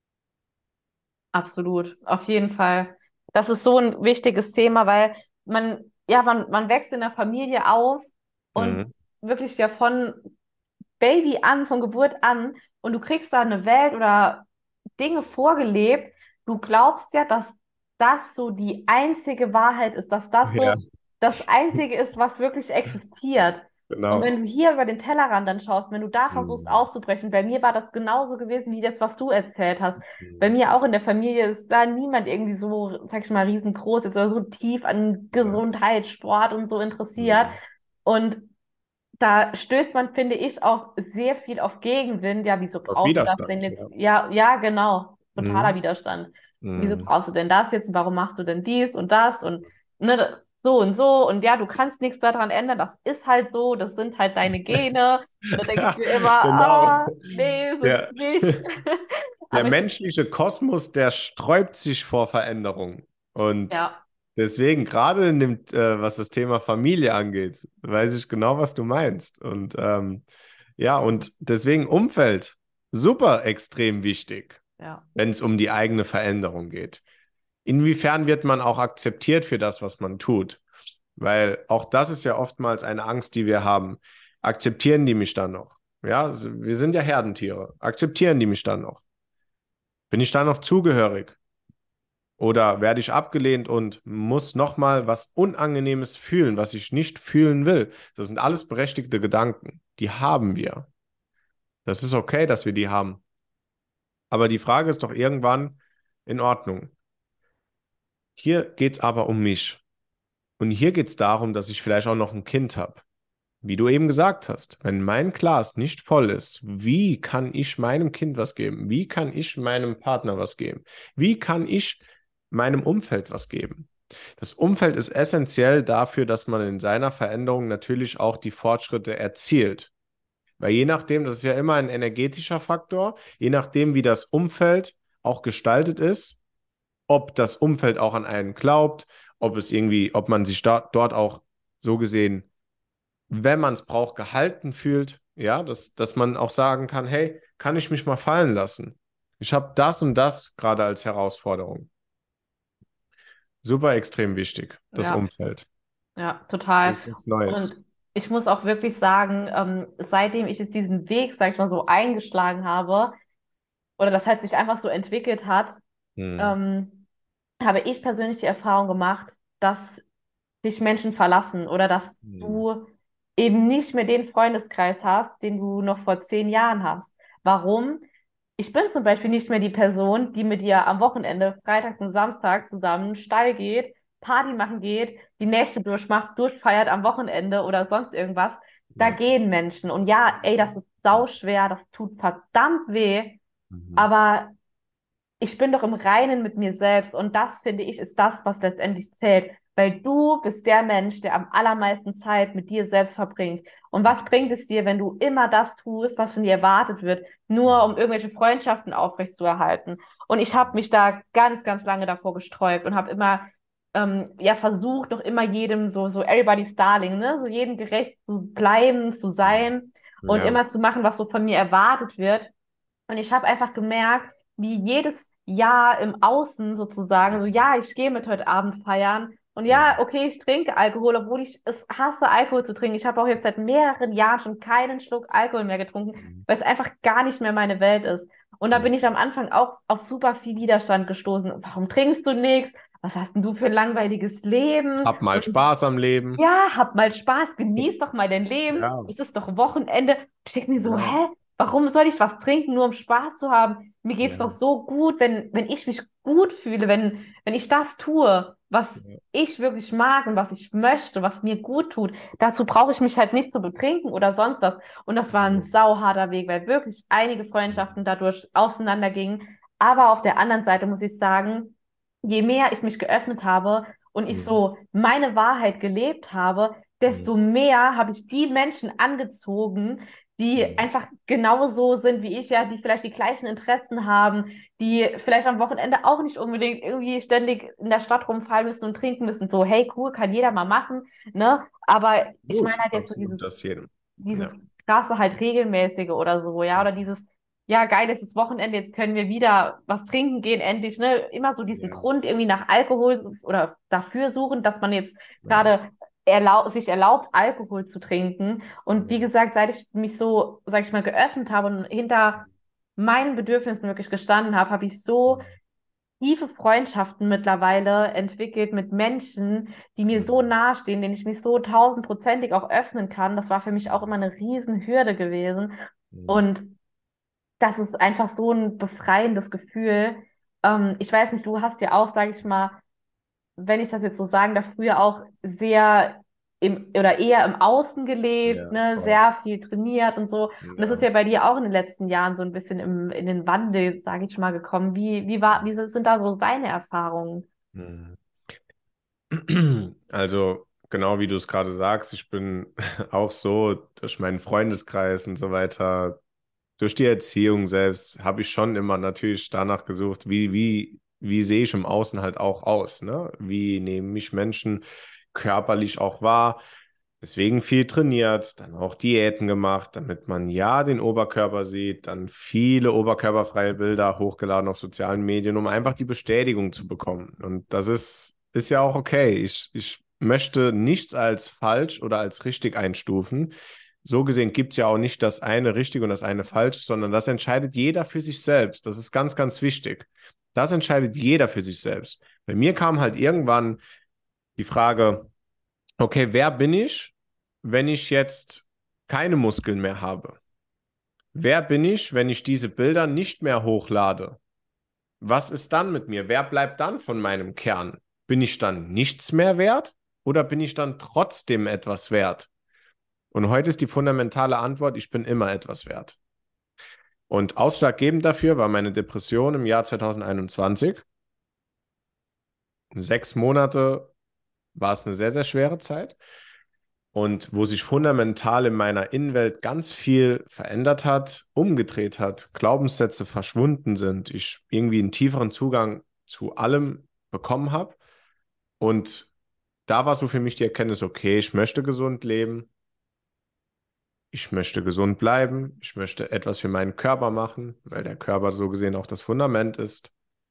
S1: Absolut, auf jeden Fall. Das ist so ein wichtiges Thema, weil man, ja, man, man wächst in der Familie auf und
S2: Mhm.
S1: wirklich ja von Baby an, von Geburt an und du kriegst da eine Welt oder Dinge vorgelebt. Du glaubst ja, dass das so die einzige Wahrheit ist, dass das
S2: Ja,
S1: so das Einzige ist, was wirklich existiert. Und
S2: genau.
S1: wenn du hier über den Tellerrand dann schaust, wenn du da versuchst
S2: Mhm.
S1: auszubrechen, bei mir war das genauso gewesen wie jetzt, was du erzählt hast. Bei
S2: Mhm.
S1: mir auch in der Familie ist da niemand irgendwie so, sag ich mal, riesengroß jetzt oder so tief an
S2: Ja.
S1: Gesundheit, Sport und so interessiert.
S2: Mhm.
S1: Und da stößt man, finde ich, auch sehr viel auf Gegenwind. Ja, wieso
S2: Auf
S1: brauchst du das denn
S2: Widerstand,
S1: jetzt?
S2: ja.
S1: Ja, ja, genau. Totaler
S2: Mhm.
S1: Widerstand. Wieso
S2: Mhm.
S1: brauchst du denn das jetzt? Und warum machst du denn dies und das? Und ne, so und so. Und ja, du kannst nichts daran ändern. Das ist halt so. Das sind halt deine Gene. Und da denke ich
S2: Ja,
S1: mir immer,
S2: genau.
S1: ah, nee, sind
S2: Der,
S1: sie nicht.
S2: der
S1: Aber ich,
S2: menschliche Kosmos, der sträubt sich vor Veränderung. Und
S1: ja,
S2: deswegen, gerade in dem, äh, was das Thema Familie angeht, weiß ich genau, was du meinst. Und ähm, ja, und deswegen Umfeld, super extrem wichtig,
S1: ja,
S2: wenn es um die eigene Veränderung geht. Inwiefern wird man auch akzeptiert für das, was man tut? Weil auch das ist ja oftmals eine Angst, die wir haben. Akzeptieren die mich dann noch? Ja, also wir sind ja Herdentiere. Akzeptieren die mich dann noch? Bin ich da noch zugehörig? Oder werde ich abgelehnt und muss nochmal was Unangenehmes fühlen, was ich nicht fühlen will? Das sind alles berechtigte Gedanken. Die haben wir. Das ist okay, dass wir die haben. Aber die Frage ist doch irgendwann in Ordnung. Hier geht es aber um mich. Und hier geht es darum, dass ich vielleicht auch noch ein Kind habe. Wie du eben gesagt hast, wenn mein Glas nicht voll ist, wie kann ich meinem Kind was geben? Wie kann ich meinem Partner was geben? Wie kann ich meinem Umfeld was geben? Das Umfeld ist essentiell dafür, dass man in seiner Veränderung natürlich auch die Fortschritte erzielt. Weil je nachdem, das ist ja immer ein energetischer Faktor, je nachdem, wie das Umfeld auch gestaltet ist, ob das Umfeld auch an einen glaubt, ob es irgendwie, ob man sich da, dort auch so gesehen, wenn man es braucht, gehalten fühlt, ja, dass, dass man auch sagen kann, hey, kann ich mich mal fallen lassen? Ich habe das und das gerade als Herausforderung. Super extrem wichtig, das
S1: ja.
S2: Umfeld.
S1: Ja,
S2: Das
S1: total.
S2: ist nichts Neues.
S1: Und ich muss auch wirklich sagen, ähm, seitdem ich jetzt diesen Weg, sag ich mal, so eingeschlagen habe, oder das halt sich einfach so entwickelt hat,
S2: Hm.
S1: ähm, habe ich persönlich die Erfahrung gemacht, dass dich Menschen verlassen oder dass
S2: Hm.
S1: du eben nicht mehr den Freundeskreis hast, den du noch vor zehn Jahren hast. Warum? Ich bin zum Beispiel nicht mehr die Person, die mit dir am Wochenende, Freitag und Samstag zusammen steil geht, Party machen geht, die Nächte durchmacht, durchfeiert am Wochenende oder sonst irgendwas. Da
S2: Ja.
S1: gehen Menschen. Und ja, ey, das ist sauschwer, das tut verdammt weh,
S2: Mhm.
S1: aber ich bin doch im Reinen mit mir selbst und das, finde ich, ist das, was letztendlich zählt, weil du bist der Mensch, der am allermeisten Zeit mit dir selbst verbringt. Und was bringt es dir, wenn du immer das tust, was von dir erwartet wird, nur um irgendwelche Freundschaften aufrechtzuerhalten? Und ich habe mich da ganz, ganz lange davor gesträubt und habe immer ähm, ja versucht, doch immer jedem so so everybody's darling, ne, so jedem gerecht zu bleiben, zu sein und
S2: Ja.
S1: immer zu machen, was so von mir erwartet wird. Und ich habe einfach gemerkt, wie jedes Jahr im Außen sozusagen, so ja, ich gehe mit heute Abend feiern und ja, okay, ich trinke Alkohol, obwohl ich es hasse, Alkohol zu trinken. Ich habe auch jetzt seit mehreren Jahren schon keinen Schluck Alkohol mehr getrunken, weil es einfach gar nicht mehr meine Welt ist. Und da bin ich am Anfang auch auf super viel Widerstand gestoßen. Warum trinkst du nichts? Was hast denn du für ein langweiliges Leben?
S2: Hab mal
S1: Und
S2: Spaß am Leben.
S1: ja, hab mal Spaß, genieß doch mal dein Leben.
S2: Ja,
S1: Es ist doch Wochenende. Ich denke mir so,
S2: genau.
S1: hä? warum soll ich was trinken, nur um Spaß zu haben? Mir geht's doch
S2: Ja.
S1: so gut, wenn, wenn ich mich gut fühle, wenn, wenn ich das tue, was
S2: Ja.
S1: ich wirklich mag und was ich möchte, was mir gut tut. Dazu brauche ich mich halt nicht zu betrinken oder sonst was. Und das war ein sauharter Weg, weil wirklich einige Freundschaften dadurch auseinandergingen. Aber auf der anderen Seite muss ich sagen, je mehr ich mich geöffnet habe und ich
S2: Mhm.
S1: so meine Wahrheit gelebt habe, desto
S2: Mhm.
S1: mehr habe ich die Menschen angezogen, die
S2: Mhm.
S1: einfach genauso sind wie ich, ja, die vielleicht die gleichen Interessen haben, die vielleicht am Wochenende auch nicht unbedingt irgendwie ständig in der Stadt rumfallen müssen und trinken müssen. So, hey, cool, kann jeder mal machen, ne? Aber ich meine
S2: Gut,
S1: halt jetzt so
S2: absolut,
S1: dieses,
S2: das jedem. Ja.
S1: dieses krasse halt regelmäßige oder so, ja, oder dieses, ja, geil, es ist Wochenende, jetzt können wir wieder was trinken gehen, endlich, ne? Immer so diesen
S2: Ja.
S1: Grund irgendwie nach Alkohol oder dafür suchen, dass man jetzt
S2: Ja.
S1: gerade erlau sich erlaubt, Alkohol zu trinken. Und wie
S2: Ja.
S1: gesagt, seit ich mich so, sag ich mal, geöffnet habe und hinter meinen Bedürfnissen wirklich gestanden habe, habe ich so tiefe Freundschaften mittlerweile entwickelt mit Menschen, die mir so
S2: Mhm.
S1: nahestehen, denen ich mich so tausendprozentig auch öffnen kann. Das war für mich auch immer eine Riesenhürde gewesen.
S2: Mhm.
S1: Und das ist einfach so ein befreiendes Gefühl. Ähm, ich weiß nicht, du hast ja auch, sag ich mal, wenn ich das jetzt so sagen darf, früher auch sehr im oder eher im Außen gelebt,
S2: Ja,
S1: ne,
S2: voll.
S1: sehr viel trainiert und so. Und das ist
S2: Ja.
S1: ja bei dir auch in den letzten Jahren so ein bisschen im, in den Wandel, sage ich mal, gekommen. Wie, wie war, wie sind sind da so deine Erfahrungen?
S2: Mhm. Also, genau wie du es gerade sagst, ich bin auch so durch meinen Freundeskreis und so weiter, durch die Erziehung selbst, habe ich schon immer natürlich danach gesucht, wie, wie, wie sehe ich im Außen halt auch aus, ne? Wie nehmen mich Menschen körperlich auch wahr? Deswegen viel trainiert, dann auch Diäten gemacht, damit man ja den Oberkörper sieht, dann viele oberkörperfreie Bilder hochgeladen auf sozialen Medien, um einfach die Bestätigung zu bekommen. Und das ist, ist ja auch okay. Ich, ich möchte nichts als falsch oder als richtig einstufen. So gesehen gibt es ja auch nicht das eine richtig und das eine falsch, sondern das entscheidet jeder für sich selbst. Das ist ganz, ganz wichtig. Das entscheidet jeder für sich selbst. Bei mir kam halt irgendwann die Frage, okay, wer bin ich, wenn ich jetzt keine Muskeln mehr habe? Wer bin ich, wenn ich diese Bilder nicht mehr hochlade? Was ist dann mit mir? Wer bleibt dann von meinem Kern? Bin ich dann nichts mehr wert oder bin ich dann trotzdem etwas wert? Und heute ist die fundamentale Antwort, ich bin immer etwas wert. Und ausschlaggebend dafür war meine Depression im Jahr zwanzig einundzwanzig. Sechs Monate war es eine sehr, sehr schwere Zeit. Und wo sich fundamental in meiner Innenwelt ganz viel verändert hat, umgedreht hat, Glaubenssätze verschwunden sind, ich irgendwie einen tieferen Zugang zu allem bekommen habe. Und da war so für mich die Erkenntnis, okay, ich möchte gesund leben, ich möchte gesund bleiben, ich möchte etwas für meinen Körper machen, weil der Körper so gesehen auch das Fundament ist.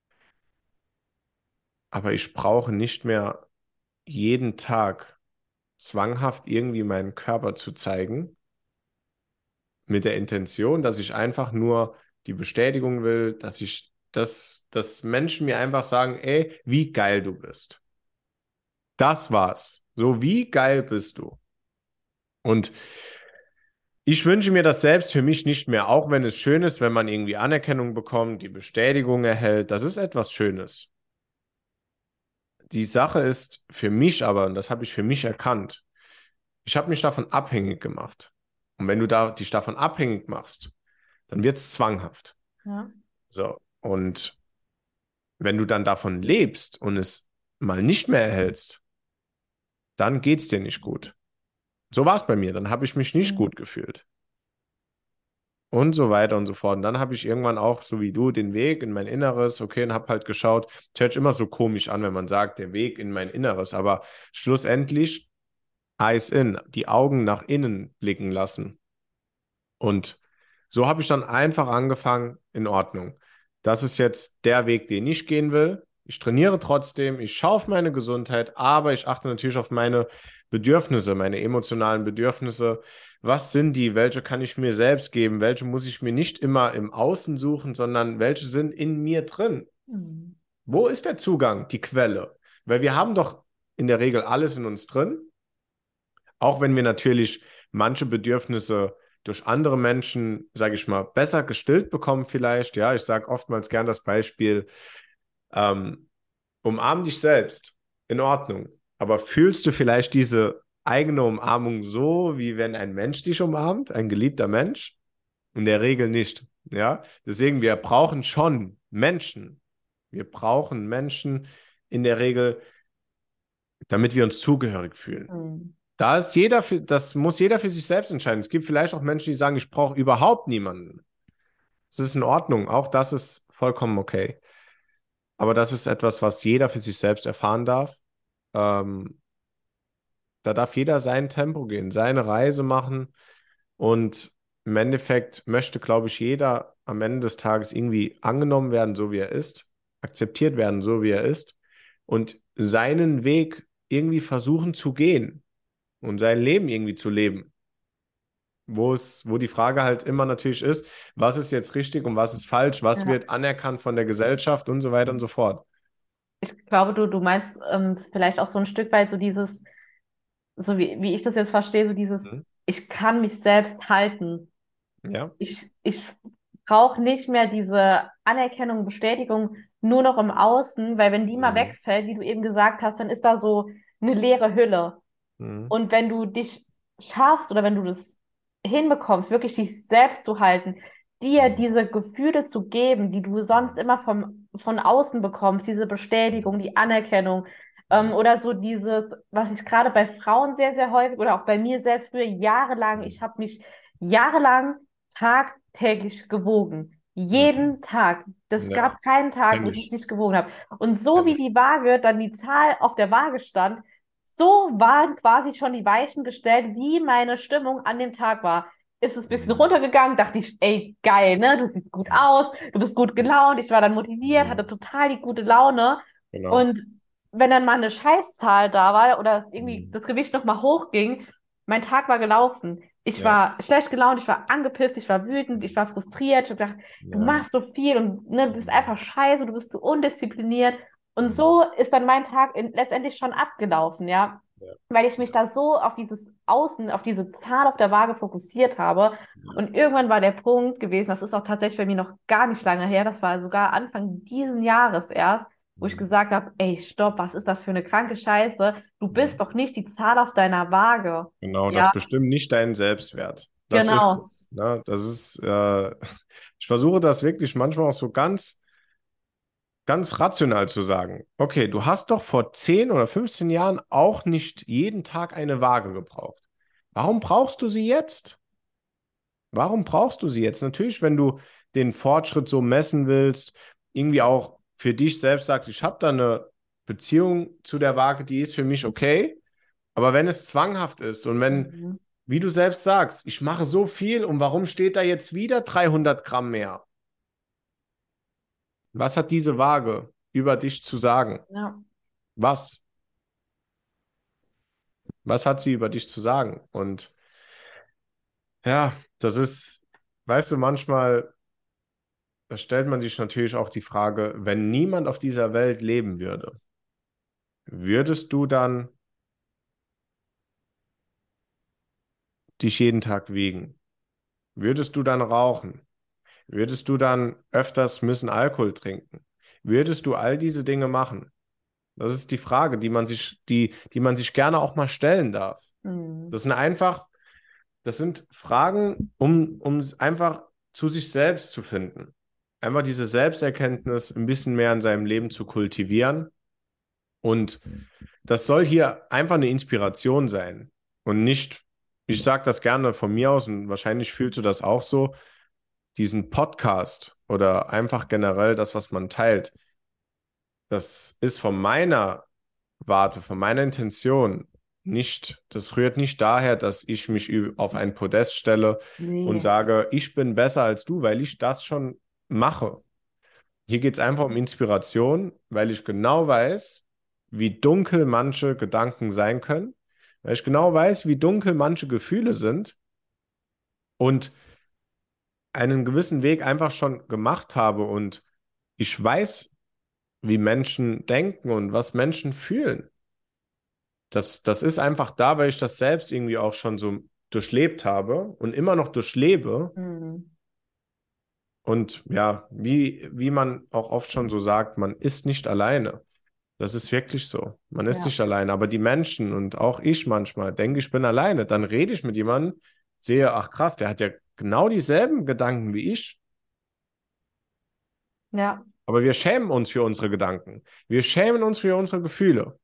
S2: Aber ich brauche nicht mehr jeden Tag zwanghaft irgendwie meinen Körper zu zeigen, mit der Intention, dass ich einfach nur die Bestätigung will, dass ich, dass, dass Menschen mir einfach sagen, ey, wie geil du bist. Das war's. So, wie geil bist du? Und ich wünsche mir das selbst für mich nicht mehr, auch wenn es schön ist, wenn man irgendwie Anerkennung bekommt, die Bestätigung erhält. Das ist etwas Schönes. Die Sache ist für mich aber, und das habe ich für mich erkannt, ich habe mich davon abhängig gemacht. Und wenn du da dich davon abhängig machst, dann wird es zwanghaft.
S1: Ja.
S2: So, und wenn du dann davon lebst und es mal nicht mehr erhältst, dann geht es dir nicht gut. So war es bei mir. Dann habe ich mich nicht
S1: Mhm.
S2: gut gefühlt. Und so weiter und so fort. Und dann habe ich irgendwann auch, so wie du, den Weg in mein Inneres, okay, und habe halt geschaut, es hört sich immer so komisch an, wenn man sagt, der Weg in mein Inneres, aber schlussendlich Eyes in, die Augen nach innen blicken lassen. Und so habe ich dann einfach angefangen, in Ordnung. Das ist jetzt der Weg, den ich gehen will. Ich trainiere trotzdem, ich schaue auf meine Gesundheit, aber ich achte natürlich auf meine Bedürfnisse, meine emotionalen Bedürfnisse. Was sind die? Welche kann ich mir selbst geben? Welche muss ich mir nicht immer im Außen suchen, sondern welche sind in mir drin?
S1: Mhm.
S2: Wo ist der Zugang, die Quelle? Weil wir haben doch in der Regel alles in uns drin, auch wenn wir natürlich manche Bedürfnisse durch andere Menschen, sage ich mal, besser gestillt bekommen vielleicht. Ja, ich sage oftmals gern das Beispiel, ähm, umarm dich selbst, in Ordnung. Aber fühlst du vielleicht diese eigene Umarmung so, wie wenn ein Mensch dich umarmt, ein geliebter Mensch? In der Regel nicht. Ja, deswegen, wir brauchen schon Menschen. Wir brauchen Menschen in der Regel, damit wir uns zugehörig fühlen.
S1: Mhm.
S2: Da ist jeder für, das muss jeder für sich selbst entscheiden. Es gibt vielleicht auch Menschen, die sagen, ich brauche überhaupt niemanden. Das ist in Ordnung. Auch das ist vollkommen okay. Aber das ist etwas, was jeder für sich selbst erfahren darf. Ähm, Da darf jeder sein Tempo gehen, seine Reise machen. Und im Endeffekt möchte, glaube ich, jeder am Ende des Tages irgendwie angenommen werden, so wie er ist, akzeptiert werden, so wie er ist und seinen Weg irgendwie versuchen zu gehen und sein Leben irgendwie zu leben. Wo es, wo die Frage halt immer natürlich ist, was ist jetzt richtig und was ist falsch, was
S1: Ja.
S2: wird anerkannt von der Gesellschaft und so weiter und so fort.
S1: Ich glaube, du, du meinst ähm, vielleicht auch so ein Stück weit so dieses, so wie, wie ich das jetzt verstehe, so dieses,
S2: Mhm.
S1: ich kann mich selbst halten.
S2: Ja.
S1: Ich, ich brauche nicht mehr diese Anerkennung, Bestätigung nur noch im Außen, weil wenn die mal
S2: Mhm.
S1: wegfällt, wie du eben gesagt hast, dann ist da so eine leere Hülle.
S2: Mhm.
S1: Und wenn du dich schaffst oder wenn du das hinbekommst, wirklich dich selbst zu halten, dir
S2: Mhm.
S1: diese Gefühle zu geben, die du sonst immer vom, von außen bekommst, diese Bestätigung, die Anerkennung, ähm,
S2: Mhm.
S1: oder so dieses, was ich gerade bei Frauen sehr, sehr häufig oder auch bei mir selbst früher jahrelang, ich habe mich jahrelang tagtäglich gewogen.
S2: Mhm.
S1: Jeden Tag. Das
S2: Ja,
S1: gab keinen Tag, wo
S2: kenne
S1: ich mich
S2: ich.
S1: nicht gewogen habe. Und so
S2: Kenn
S1: wie
S2: ich.
S1: die Waage, dann die Zahl auf der Waage stand, so waren quasi schon die Weichen gestellt, wie meine Stimmung an dem Tag war. Ist es ein bisschen
S2: Mhm.
S1: runtergegangen, dachte ich, ey, geil, ne? Du siehst gut
S2: Mhm.
S1: aus, du bist gut gelaunt. Ich war dann motiviert, hatte
S2: Mhm.
S1: total die gute Laune.
S2: Genau.
S1: Und wenn dann mal eine Scheißzahl da war oder es irgendwie
S2: Mhm.
S1: das Gewicht nochmal hochging, mein Tag war gelaufen. Ich
S2: Ja.
S1: war schlecht gelaunt, ich war angepisst, ich war wütend, ich war frustriert. Ich habe gedacht, du
S2: Ja.
S1: machst so viel und ne, du bist
S2: Mhm.
S1: einfach scheiße, du bist so undiszipliniert. Und
S2: Mhm.
S1: so ist dann mein Tag in, letztendlich schon abgelaufen, ja,
S2: Ja.
S1: weil ich mich
S2: Ja.
S1: da so auf dieses Außen, auf diese Zahl auf der Waage fokussiert habe.
S2: Ja.
S1: Und irgendwann war der Punkt gewesen, das ist auch tatsächlich bei mir noch gar nicht lange her, das war sogar Anfang diesen Jahres erst, wo ich
S2: Mhm.
S1: gesagt habe, ey, stopp, was ist das für eine kranke Scheiße? Du bist
S2: Mhm.
S1: doch nicht die Zahl auf deiner Waage.
S2: Genau,
S1: Ja,
S2: das bestimmt nicht deinen Selbstwert. Das ist
S1: genau.
S2: es. Ne? Das ist, äh, ich versuche das wirklich manchmal auch so ganz, ganz rational zu sagen. Okay, du hast doch vor zehn oder fünfzehn Jahren auch nicht jeden Tag eine Waage gebraucht. Warum brauchst du sie jetzt? Warum brauchst du sie jetzt? Natürlich, wenn du den Fortschritt so messen willst, irgendwie auch für dich selbst sagst, ich habe da eine Beziehung zu der Waage, die ist für mich okay. Aber wenn es zwanghaft ist und wenn,
S1: Mhm.
S2: wie du selbst sagst, ich mache so viel und warum steht da jetzt wieder dreihundert Gramm mehr? Was hat diese Waage über dich zu sagen?
S1: Ja.
S2: Was? Was hat sie über dich zu sagen? Und ja, das ist, weißt du, manchmal, da stellt man sich natürlich auch die Frage, wenn niemand auf dieser Welt leben würde, würdest du dann dich jeden Tag wiegen? Würdest du dann rauchen? Würdest du dann öfters müssen Alkohol trinken? Würdest du all diese Dinge machen? Das ist die Frage, die man sich, die, die man sich gerne auch mal stellen darf.
S1: Mhm.
S2: Das sind einfach, das sind Fragen, um, um einfach zu sich selbst zu finden. Einfach diese Selbsterkenntnis ein bisschen mehr in seinem Leben zu kultivieren. Und das soll hier einfach eine Inspiration sein und nicht, ich sage das gerne von mir aus und wahrscheinlich fühlst du das auch so, diesen Podcast oder einfach generell das, was man teilt, das ist von meiner Warte, von meiner Intention nicht, das rührt nicht daher, dass ich mich ü- auf ein Podest stelle und
S1: Nee.
S2: sage, ich bin besser als du, weil ich das schon mache. Hier geht es einfach um Inspiration, weil ich genau weiß, wie dunkel manche Gedanken sein können, weil ich genau weiß, wie dunkel manche Gefühle sind und einen gewissen Weg einfach schon gemacht habe und ich weiß, wie Menschen denken und was Menschen fühlen. Das, das ist einfach da, weil ich das selbst irgendwie auch schon so durchlebt habe und immer noch durchlebe.
S1: Mhm.
S2: Und ja, wie, wie man auch oft schon so sagt, man ist nicht alleine. Das ist wirklich so. Man ist
S1: Ja.
S2: nicht alleine. Aber die Menschen und auch ich manchmal denke, ich bin alleine. Dann rede ich mit jemandem, sehe, ach krass, der hat ja genau dieselben Gedanken wie ich.
S1: Ja.
S2: Aber wir schämen uns für unsere Gedanken. Wir schämen uns für unsere Gefühle.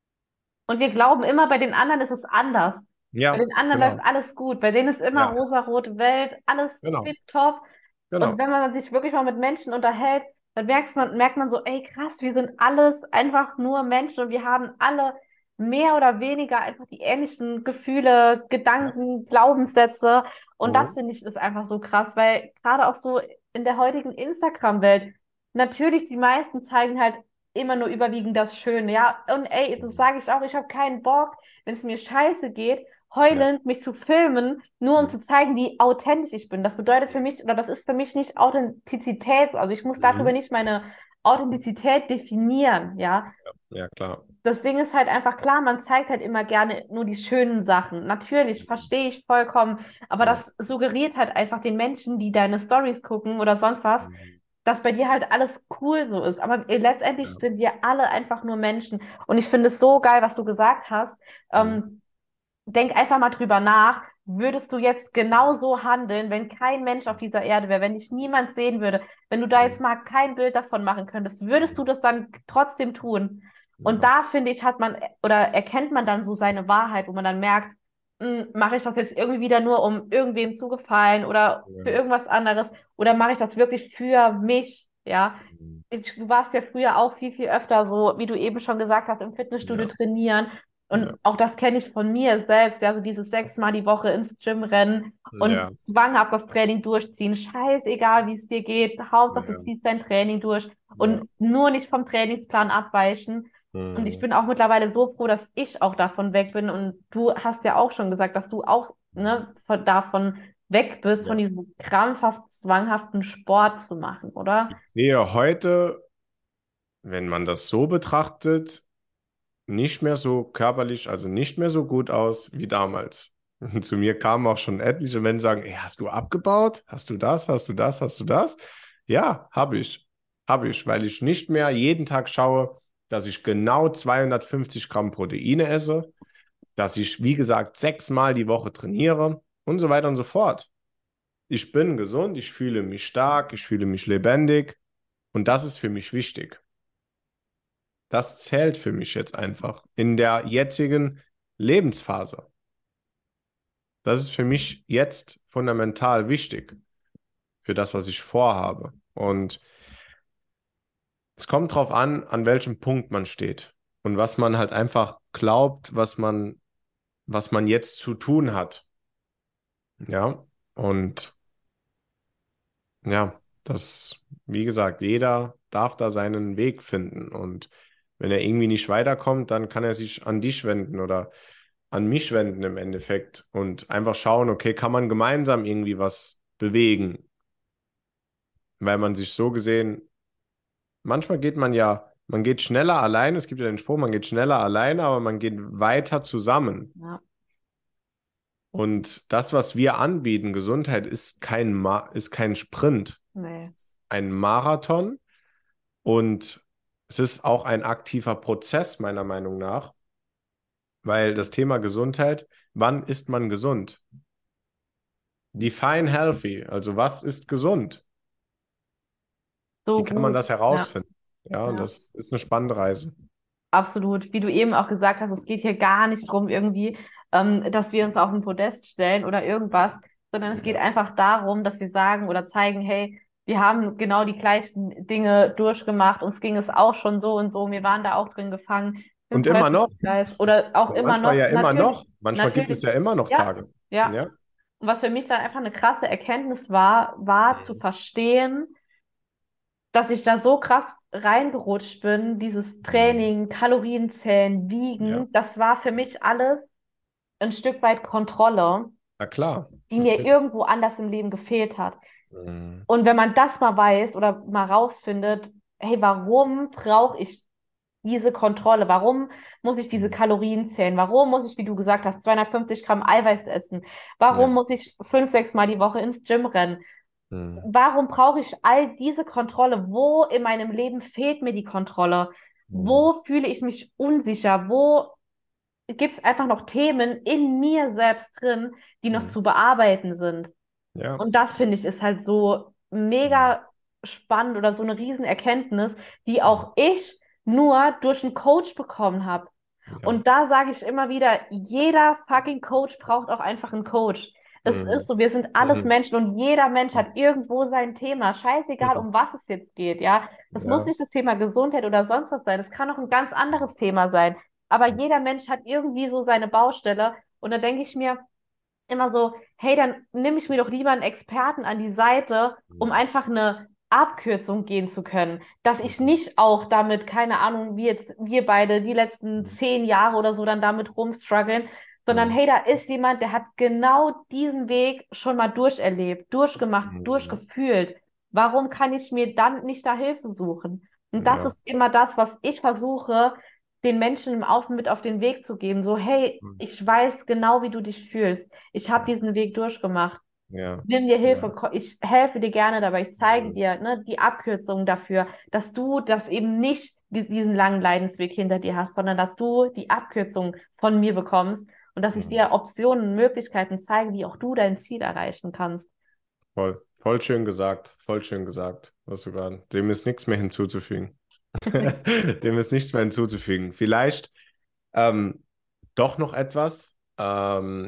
S1: Und wir glauben immer, bei den anderen ist es anders. Bei
S2: Ja,
S1: den anderen läuft
S2: genau.
S1: alles gut. Bei denen ist immer
S2: Ja,
S1: rosarote Welt, alles
S2: genau.
S1: tipptopp. Und
S2: Genau.
S1: wenn man sich wirklich mal mit Menschen unterhält, dann merkt man, merkt man so, ey, krass, wir sind alles einfach nur Menschen und wir haben alle mehr oder weniger einfach die ähnlichen Gefühle,
S2: Ja.
S1: Gedanken, Glaubenssätze. Und das
S2: Mhm.
S1: finde ich ist einfach so krass, weil gerade auch so in der heutigen Instagram-Welt, natürlich die meisten zeigen halt immer nur überwiegend das Schöne, ja. Und ey, das
S2: Mhm.
S1: sage ich auch, ich habe keinen Bock, wenn es mir scheiße geht,
S2: Ja.
S1: heulend mich zu filmen, nur um
S2: Mhm.
S1: zu zeigen, wie authentisch ich bin. Das bedeutet für mich, oder das ist für mich nicht Authentizität, also ich muss darüber
S2: Mhm.
S1: nicht meine Authentizität definieren, ja.
S2: Ja, klar.
S1: Das Ding ist halt einfach klar, man zeigt halt immer gerne nur die schönen Sachen. Natürlich,
S2: Mhm.
S1: verstehe ich vollkommen, aber
S2: Ja.
S1: das suggeriert halt einfach den Menschen, die deine Stories gucken oder sonst was,
S2: Mhm.
S1: dass bei dir halt alles cool so ist. Aber äh, letztendlich
S2: Ja.
S1: sind wir alle einfach nur Menschen. Und ich finde es so geil, was du gesagt hast.
S2: Mhm.
S1: Ähm, denk einfach mal drüber nach. Würdest du jetzt genauso handeln, wenn kein Mensch auf dieser Erde wäre, wenn dich niemand sehen würde, wenn du da jetzt
S2: Mhm.
S1: mal kein Bild davon machen könntest, würdest du das dann trotzdem tun? Und
S2: Ja.
S1: da finde ich, hat man oder erkennt man dann so seine Wahrheit, wo man dann merkt, hm, mache ich das jetzt irgendwie wieder nur, um irgendwem zu gefallen oder für
S2: Ja.
S1: irgendwas anderes oder mache ich das wirklich für mich? Ja,
S2: Mhm.
S1: ich, du warst ja früher auch viel, viel öfter so, wie du eben schon gesagt hast, im Fitnessstudio
S2: Ja.
S1: trainieren. Und
S2: Ja.
S1: auch das kenne ich von mir selbst, ja, so dieses sechsmal die Woche ins Gym rennen und
S2: Ja.
S1: zwanghaft das Training durchziehen. Scheißegal, wie es dir geht. Hauptsache, du
S2: Ja.
S1: ziehst dein Training durch
S2: Ja.
S1: und nur nicht vom Trainingsplan abweichen. Und ich
S2: Mhm.
S1: bin auch mittlerweile so froh, dass ich auch davon weg bin. Und du hast ja auch schon gesagt, dass du auch,
S2: Mhm.
S1: ne, von, davon weg bist, von
S2: Ja.
S1: diesem krampfhaft zwanghaften Sport zu machen, oder?
S2: Ich sehe heute, wenn man das so betrachtet, nicht mehr so körperlich, also nicht mehr so gut aus wie damals. Und zu mir kamen auch schon etliche Menschen sagen, ey, hast du abgebaut? Hast du das? Hast du das? Hast du das? Ja, habe ich. Habe ich, weil ich nicht mehr jeden Tag schaue, dass ich genau zweihundertfünfzig Gramm Proteine esse, dass ich, wie gesagt, sechsmal die Woche trainiere und so weiter und so fort. Ich bin gesund, ich fühle mich stark, ich fühle mich lebendig und das ist für mich wichtig. Das zählt für mich jetzt einfach in der jetzigen Lebensphase. Das ist für mich jetzt fundamental wichtig für das, was ich vorhabe. Und es kommt darauf an, an welchem Punkt man steht und was man halt einfach glaubt, was man, was man jetzt zu tun hat. Ja, und ja, das, wie gesagt, jeder darf da seinen Weg finden. Und wenn er irgendwie nicht weiterkommt, dann kann er sich an dich wenden oder an mich wenden im Endeffekt und einfach schauen, okay, kann man gemeinsam irgendwie was bewegen? Weil man sich so gesehen, manchmal geht man ja, man geht schneller alleine, es gibt ja den Spruch, man geht schneller alleine, aber man geht weiter zusammen.
S1: Ja,
S2: Und das, was wir anbieten, Gesundheit, ist kein Ma ist kein Sprint,
S1: nee.
S2: ein Marathon. Und es ist auch ein aktiver Prozess, meiner Meinung nach, weil das Thema Gesundheit, wann ist man gesund? Define healthy, also was ist gesund? Wie
S1: So
S2: kann man
S1: gut.
S2: das
S1: Ja,
S2: herausfinden? Ja, und
S1: ja.
S2: das ist eine spannende Reise.
S1: Absolut. Wie du eben auch gesagt hast, es geht hier gar nicht drum irgendwie, ähm, dass wir uns auf ein Podest stellen oder irgendwas, sondern es geht
S2: Ja.
S1: einfach darum, dass wir sagen oder zeigen, hey, wir haben genau die gleichen Dinge durchgemacht, uns ging es auch schon so und so, wir waren da auch drin gefangen im
S2: Und immer noch,
S1: Teufelskreis oder auch
S2: und
S1: immer
S2: manchmal ja
S1: noch,
S2: immer
S1: natürlich,
S2: noch, manchmal gibt es
S1: natürlich,
S2: ja immer noch
S1: ja,
S2: Tage.
S1: ja.
S2: Ja.
S1: Und was für mich dann einfach eine krasse Erkenntnis war, war zu
S2: Mhm.
S1: verstehen, dass ich da so krass reingerutscht bin, dieses
S2: Mhm.
S1: Training, Kalorienzählen,
S2: Ja,
S1: Wiegen, das war für mich alles ein Stück weit Kontrolle,
S2: na klar,
S1: die mir
S2: natürlich.
S1: irgendwo anders im Leben gefehlt hat.
S2: Mhm.
S1: Und wenn man das mal weiß oder mal rausfindet, hey, warum brauche ich diese Kontrolle? Warum muss ich diese
S2: Mhm.
S1: Kalorien zählen? Warum muss ich, wie du gesagt hast, zweihundertfünfzig Gramm Eiweiß essen? Warum
S2: Ja.
S1: muss ich fünf, sechs Mal die Woche ins Gym rennen?
S2: Mhm.
S1: Warum brauche ich all diese Kontrolle? Wo in meinem Leben fehlt mir die Kontrolle?
S2: Mhm.
S1: Wo fühle ich mich unsicher? Wo gibt es einfach noch Themen in mir selbst drin, die noch
S2: Mhm.
S1: zu bearbeiten sind?
S2: Ja.
S1: Und das finde ich ist halt so
S2: Mhm.
S1: mega spannend oder so eine Riesenerkenntnis, die
S2: Mhm.
S1: auch ich nur durch einen Coach bekommen habe.
S2: Ja.
S1: Und da sage ich immer wieder, jeder fucking Coach braucht auch einfach einen Coach. Es ist
S2: Mhm.
S1: so, wir sind alles
S2: Mhm.
S1: Menschen und jeder Mensch hat irgendwo sein Thema. Scheißegal,
S2: Mhm.
S1: um was es jetzt geht, ja. Das muss
S2: Ja.
S1: nicht das Thema Gesundheit oder sonst was sein. Es kann auch ein ganz anderes Thema sein. Aber jeder Mensch hat irgendwie so seine Baustelle. Und da denke ich mir, immer so, hey, dann nehme ich mir doch lieber einen Experten an die Seite, um
S2: Mhm.
S1: einfach eine Abkürzung gehen zu können, dass ich
S2: Mhm.
S1: nicht auch damit, keine Ahnung, wie jetzt wir beide die letzten
S2: Mhm.
S1: zehn Jahre oder so dann damit rumstruggeln, sondern
S2: Mhm.
S1: hey, da ist jemand, der hat genau diesen Weg schon mal durcherlebt, durchgemacht,
S2: Mhm.
S1: durchgefühlt. Warum kann ich mir dann nicht da Hilfe suchen? Und das
S2: Ja.
S1: ist immer das, was ich versuche, den Menschen im Außen mit auf den Weg zu geben. So, hey,
S2: Mhm.
S1: ich weiß genau, wie du dich fühlst. Ich habe diesen Weg durchgemacht.
S2: Ja.
S1: Nimm dir Hilfe,
S2: Ja.
S1: ko- ich helfe dir gerne dabei, ich zeige
S2: Mhm.
S1: dir, ne, die Abkürzung dafür, dass du das eben nicht di- diesen langen Leidensweg hinter dir hast, sondern dass du die Abkürzung von mir bekommst und dass ich
S2: Mhm.
S1: dir Optionen, Möglichkeiten zeige, wie auch du dein Ziel erreichen kannst.
S2: Voll. Voll schön gesagt. Voll schön gesagt. Was sogar. Dem ist nichts mehr hinzuzufügen. Dem ist nichts mehr hinzuzufügen. Vielleicht ähm, doch noch etwas. Ähm,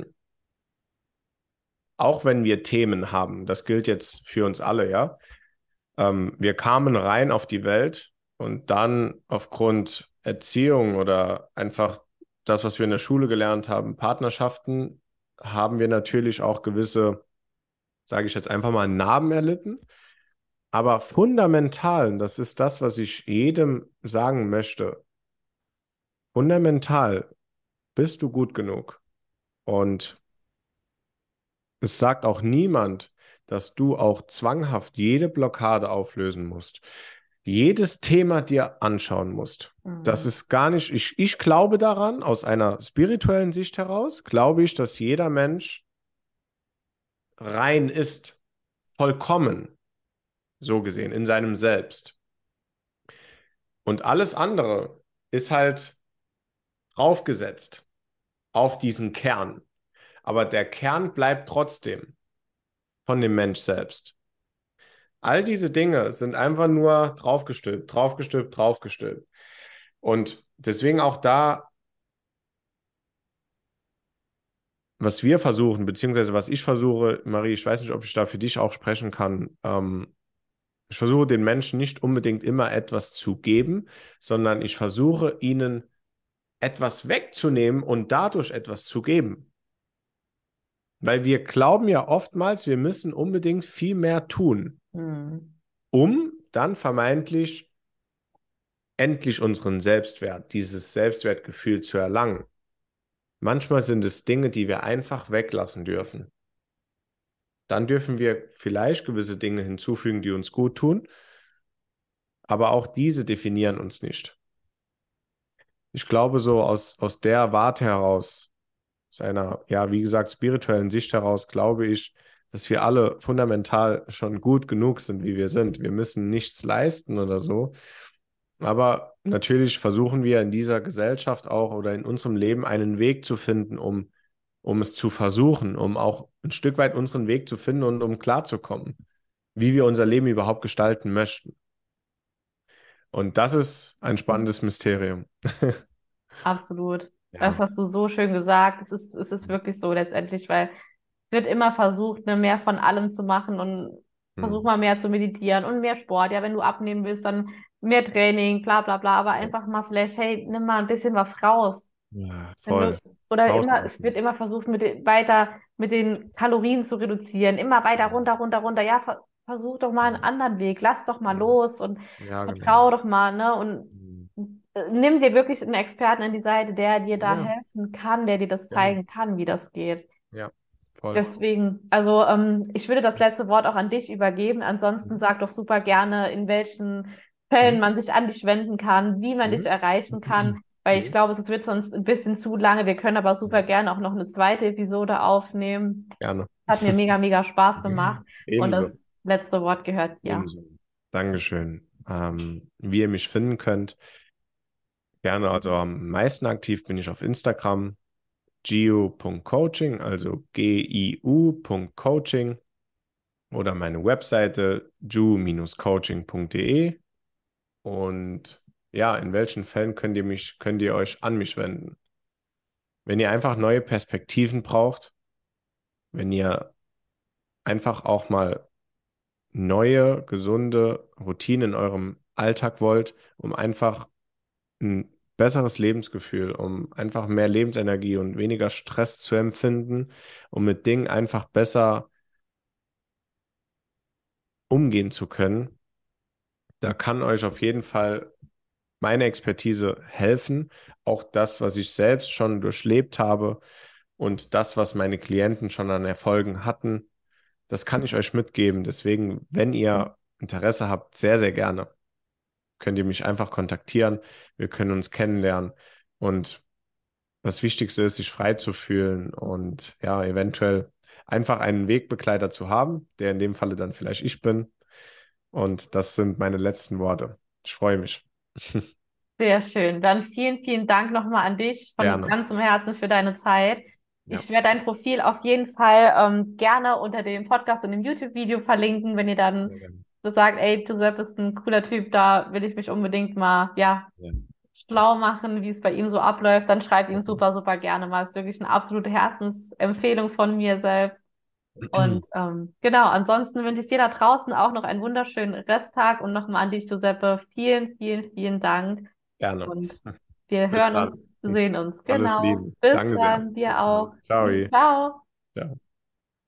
S2: auch wenn wir Themen haben, das gilt jetzt für uns alle, ja. Ähm, wir kamen rein auf die Welt und dann aufgrund Erziehung oder einfach das, was wir in der Schule gelernt haben, Partnerschaften, haben wir natürlich auch gewisse, sage ich jetzt einfach mal, Narben erlitten. Aber fundamental, das ist das, was ich jedem sagen möchte, fundamental bist du gut genug. Und es sagt auch niemand, dass du auch zwanghaft jede Blockade auflösen musst, jedes Thema dir anschauen musst. Das
S1: Mhm.
S2: ist gar nicht, ich, ich glaube daran, aus einer spirituellen Sicht heraus, glaube ich, dass jeder Mensch rein ist, vollkommen, so gesehen, in seinem Selbst. Und alles andere ist halt draufgesetzt auf diesen Kern. Aber der Kern bleibt trotzdem von dem Mensch selbst. All diese Dinge sind einfach nur draufgestülpt, draufgestülpt, draufgestülpt. Und deswegen auch da, was wir versuchen, beziehungsweise was ich versuche, Marie, ich weiß nicht, ob ich da für dich auch sprechen kann. Ähm, ich versuche den Menschen nicht unbedingt immer etwas zu geben, sondern ich versuche ihnen etwas wegzunehmen und dadurch etwas zu geben. Weil wir glauben ja oftmals, wir müssen unbedingt viel mehr tun,
S1: Mhm.
S2: um dann vermeintlich endlich unseren Selbstwert, dieses Selbstwertgefühl zu erlangen. Manchmal sind es Dinge, die wir einfach weglassen dürfen. Dann dürfen wir vielleicht gewisse Dinge hinzufügen, die uns gut tun, aber auch diese definieren uns nicht. Ich glaube, so aus, aus der Warte heraus, aus einer, ja, wie gesagt, spirituellen Sicht heraus, glaube ich, dass wir alle fundamental schon gut genug sind, wie wir sind. Wir müssen nichts leisten oder so. Aber natürlich versuchen wir in dieser Gesellschaft auch oder in unserem Leben einen Weg zu finden, um, um es zu versuchen, um auch ein Stück weit unseren Weg zu finden und um klarzukommen, wie wir unser Leben überhaupt gestalten möchten. Und das ist ein spannendes Mysterium.
S1: Absolut. Das
S2: Ja.
S1: hast du so schön gesagt. Es ist, es ist wirklich so letztendlich, weil es wird immer versucht, ne, mehr von allem zu machen und versuch
S2: Hm.
S1: mal mehr zu meditieren und mehr Sport. Ja, wenn du abnehmen willst, dann mehr Training, bla bla bla. Aber
S2: Ja.
S1: einfach mal vielleicht, hey, nimm mal ein bisschen was raus.
S2: Ja,
S1: Wenn du,
S2: voll.
S1: oder immer, es wird
S2: Rausatmen.
S1: immer versucht, mit den, weiter mit den Kalorien zu reduzieren. Immer weiter runter, runter, runter. Ja, ver, versuch doch mal einen anderen Weg. Lass doch mal los und
S2: Ja, genau.
S1: vertrau doch mal, ne? Und
S2: Hm.
S1: äh, nimm dir wirklich einen Experten an die Seite, der dir da
S2: Ja,
S1: helfen kann, der dir das
S2: genau.
S1: zeigen kann, wie das geht.
S2: Ja, voll.
S1: Deswegen, also ähm, ich würde das letzte Wort auch an dich übergeben. Ansonsten
S2: Mhm.
S1: sag doch super gerne, in welchen Fällen
S2: Mhm.
S1: man sich an dich wenden kann, wie man dich
S2: Mhm.
S1: erreichen kann, weil ich
S2: Mhm.
S1: glaube, es wird sonst ein bisschen zu lange. Wir können aber super gerne auch noch eine zweite Episode aufnehmen.
S2: Gerne.
S1: Hat mir mega, mega Spaß gemacht und
S2: Ebenso.
S1: das letzte Wort gehört dir.
S2: Ebenso. Dankeschön. Ähm, wie ihr mich finden könnt, gerne, also am meisten aktiv bin ich auf Instagram, giu Punkt coaching, also G I U Punkt coaching oder meine Webseite ju coaching Punkt de. Und ja, in welchen Fällen könnt ihr mich, könnt ihr euch an mich wenden? Wenn ihr einfach neue Perspektiven braucht, wenn ihr einfach auch mal neue, gesunde Routinen in eurem Alltag wollt, um einfach ein besseres Lebensgefühl, um einfach mehr Lebensenergie und weniger Stress zu empfinden, um mit Dingen einfach besser umgehen zu können, da kann euch auf jeden Fall meine Expertise helfen. Auch das, was ich selbst schon durchlebt habe und das, was meine Klienten schon an Erfolgen hatten, das kann ich euch mitgeben. Deswegen, wenn ihr Interesse habt, sehr, sehr gerne, könnt ihr mich einfach kontaktieren. Wir können uns kennenlernen. Und das Wichtigste ist, sich frei zu fühlen und ja, eventuell einfach einen Wegbegleiter zu haben, der in dem Falle dann vielleicht ich bin. Und das sind meine letzten Worte. Ich freue mich.
S1: Sehr schön. Dann vielen, vielen Dank nochmal an dich von
S2: Gerne.
S1: ganzem Herzen für deine Zeit.
S2: Ja,
S1: Ich werde dein Profil auf jeden Fall ähm, gerne unter dem Podcast und dem YouTube-Video verlinken, wenn ihr dann
S2: sehr gerne.
S1: so sagt, ey, Giuseppe ist ein cooler Typ, da will ich mich unbedingt mal, ja,
S2: Ja.
S1: schlau machen, wie es bei ihm so abläuft, dann schreibt ihm
S2: Mhm.
S1: super, super gerne mal. Ist wirklich eine absolute Herzensempfehlung von mir selbst. Und ähm, genau, ansonsten wünsche ich dir da draußen auch noch einen wunderschönen Resttag und nochmal an dich, Giuseppe, vielen, vielen, vielen Dank.
S2: Gerne.
S1: Und wir
S2: Bis
S1: hören uns,
S2: dann.
S1: sehen uns.
S2: Alles
S1: Genau.
S2: Liebe.
S1: Bis
S2: Danke sehr.
S1: dann, dir
S2: Bis
S1: auch.
S2: dann. Ciao.
S1: Ciao.
S2: Ciao.